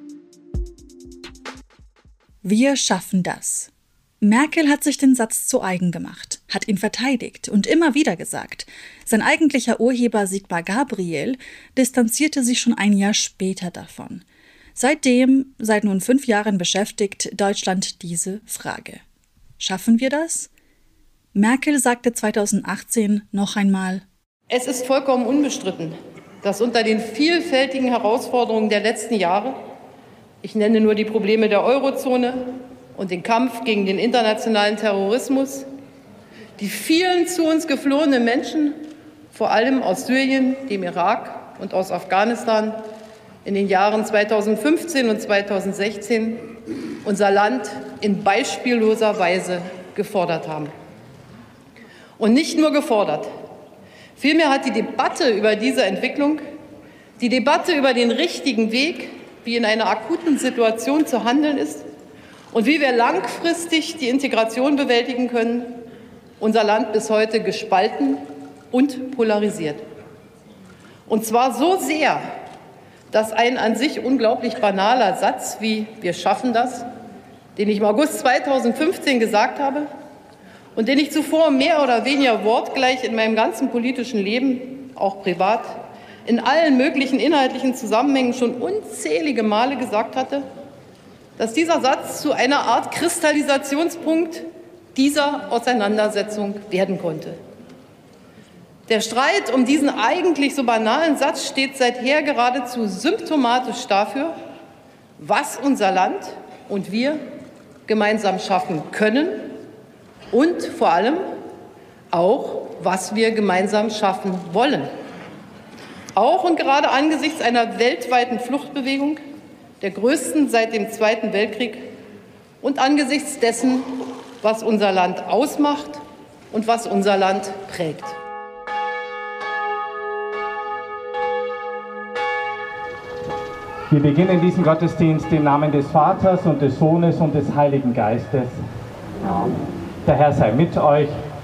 Wir schaffen das. Merkel hat sich den Satz zu eigen gemacht, hat ihn verteidigt und immer wieder gesagt. Sein eigentlicher Urheber Sigmar Gabriel distanzierte sich schon ein Jahr später davon. Seitdem, seit nun 5 Jahren beschäftigt Deutschland diese Frage. Schaffen wir das? Merkel sagte 2018 noch einmal: Es ist vollkommen unbestritten, dass unter den vielfältigen Herausforderungen der letzten Jahre, ich nenne nur die Probleme der Eurozone und den Kampf gegen den internationalen Terrorismus, die vielen zu uns geflohenen Menschen, vor allem aus Syrien, dem Irak und aus Afghanistan, in den Jahren 2015 und 2016 unser Land in beispielloser Weise gefordert haben. Und nicht nur gefordert. Vielmehr hat die Debatte über diese Entwicklung, die Debatte über den richtigen Weg, wie in einer akuten Situation zu handeln ist und wie wir langfristig die Integration bewältigen können, unser Land bis heute gespalten und polarisiert. Und zwar so sehr, dass ein an sich unglaublich banaler Satz wie „Wir schaffen das“, den ich im August 2015 gesagt habe und den ich zuvor mehr oder weniger wortgleich in meinem ganzen politischen Leben, auch privat, in allen möglichen inhaltlichen Zusammenhängen schon unzählige Male gesagt hatte, dass dieser Satz zu einer Art Kristallisationspunkt dieser Auseinandersetzung werden konnte. Der Streit um diesen eigentlich so banalen Satz steht seither geradezu symptomatisch dafür, was unser Land und wir gemeinsam schaffen können und vor allem auch, was wir gemeinsam schaffen wollen. Auch und gerade angesichts einer weltweiten Fluchtbewegung, der größten seit dem Zweiten Weltkrieg, und angesichts dessen, was unser Land ausmacht und was unser Land prägt. Wir beginnen diesen Gottesdienst im Namen des Vaters und des Sohnes und des Heiligen Geistes. Der Herr sei mit euch.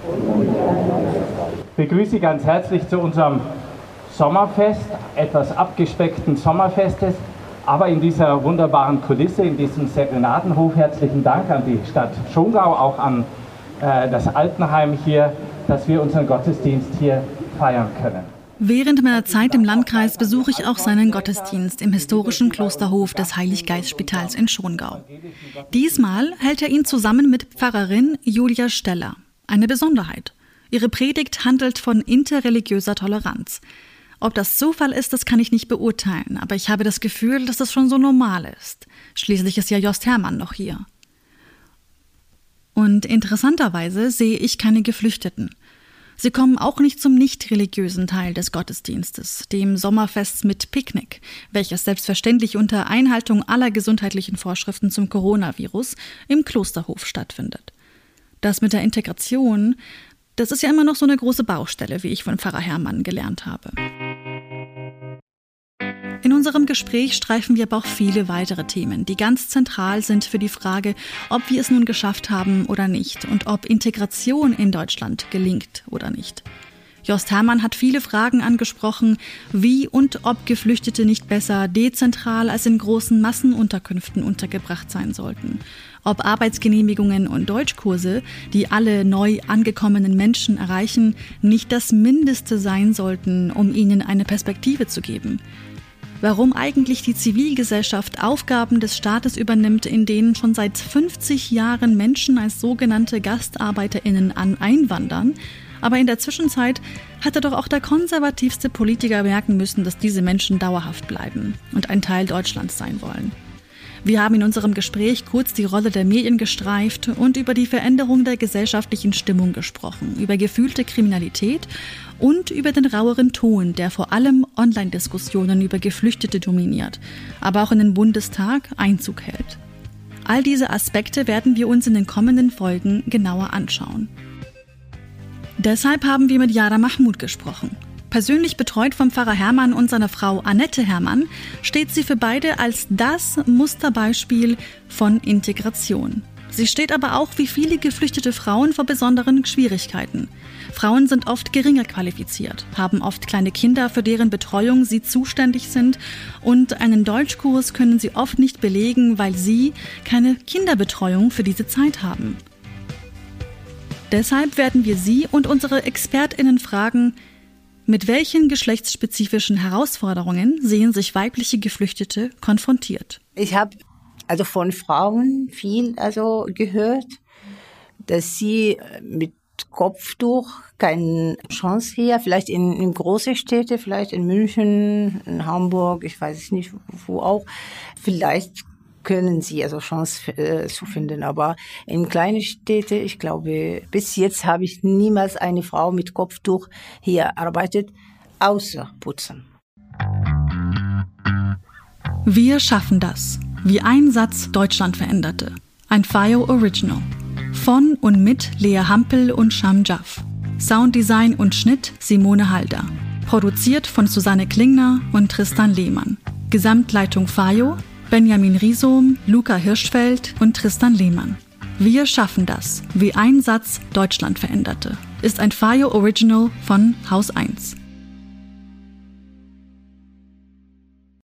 Ich begrüße ganz herzlich zu unserem Sommerfest, etwas abgespeckten Sommerfestes, aber in dieser wunderbaren Kulisse, in diesem Serenadenhof. Herzlichen Dank an die Stadt Schongau, auch an das Altenheim hier, dass wir unseren Gottesdienst hier feiern können. Während meiner Zeit im Landkreis besuche ich auch seinen Gottesdienst im historischen Klosterhof des Heilig-Geist-Spitals in Schongau. Diesmal hält er ihn zusammen mit Pfarrerin Julia Steller. Eine Besonderheit. Ihre Predigt handelt von interreligiöser Toleranz. Ob das Zufall ist, das kann ich nicht beurteilen, aber ich habe das Gefühl, dass das schon so normal ist. Schließlich ist ja Jost Hermann noch hier. Und interessanterweise sehe ich keine Geflüchteten. Sie kommen auch nicht zum nicht-religiösen Teil des Gottesdienstes, dem Sommerfest mit Picknick, welches selbstverständlich unter Einhaltung aller gesundheitlichen Vorschriften zum Coronavirus im Klosterhof stattfindet. Das mit der Integration, das ist ja immer noch so eine große Baustelle, wie ich von Pfarrer Hermann gelernt habe. In unserem Gespräch streifen wir aber auch viele weitere Themen, die ganz zentral sind für die Frage, ob wir es nun geschafft haben oder nicht und ob Integration in Deutschland gelingt oder nicht. Jost Hermann hat viele Fragen angesprochen, wie und ob Geflüchtete nicht besser dezentral als in großen Massenunterkünften untergebracht sein sollten, ob Arbeitsgenehmigungen und Deutschkurse, die alle neu angekommenen Menschen erreichen, nicht das Mindeste sein sollten, um ihnen eine Perspektive zu geben. Warum eigentlich die Zivilgesellschaft Aufgaben des Staates übernimmt, in denen schon seit 50 Jahren Menschen als sogenannte GastarbeiterInnen einwandern, aber in der Zwischenzeit hatte doch auch der konservativste Politiker merken müssen, dass diese Menschen dauerhaft bleiben und ein Teil Deutschlands sein wollen. Wir haben in unserem Gespräch kurz die Rolle der Medien gestreift und über die Veränderung der gesellschaftlichen Stimmung gesprochen, über gefühlte Kriminalität und über den raueren Ton, der vor allem Online-Diskussionen über Geflüchtete dominiert, aber auch in den Bundestag Einzug hält. All diese Aspekte werden wir uns in den kommenden Folgen genauer anschauen. Deshalb haben wir mit Yara Mahmoud gesprochen. Persönlich betreut vom Pfarrer Hermann und seiner Frau Annette Hermann, steht sie für beide als das Musterbeispiel von Integration. Sie steht aber auch wie viele geflüchtete Frauen vor besonderen Schwierigkeiten. Frauen sind oft geringer qualifiziert, haben oft kleine Kinder, für deren Betreuung sie zuständig sind, und einen Deutschkurs können sie oft nicht belegen, weil sie keine Kinderbetreuung für diese Zeit haben. Deshalb werden wir Sie und unsere ExpertInnen fragen, mit welchen geschlechtsspezifischen Herausforderungen sehen sich weibliche Geflüchtete konfrontiert? Ich habe von Frauen viel gehört, dass sie mit Kopftuch keine Chance hier, vielleicht in große Städte, vielleicht in München, in Hamburg, ich weiß es nicht, wo auch, vielleicht können sie Chance zu finden, aber in kleinen Städten, ich glaube, bis jetzt habe ich niemals eine Frau mit Kopftuch hier arbeitet, außer putzen. Wir schaffen das. Wie ein Satz Deutschland veränderte. Ein FAYO Original. Von und mit Lea Hampel und Sham Jaff. Sounddesign und Schnitt Simone Halder. Produziert von Susanne Klingner und Tristan Lehmann. Gesamtleitung FAYO, Benjamin Riesom, Luca Hirschfeld und Tristan Lehmann. Wir schaffen das. Wie ein Satz Deutschland veränderte. Ist ein FAYO Original von Haus 1.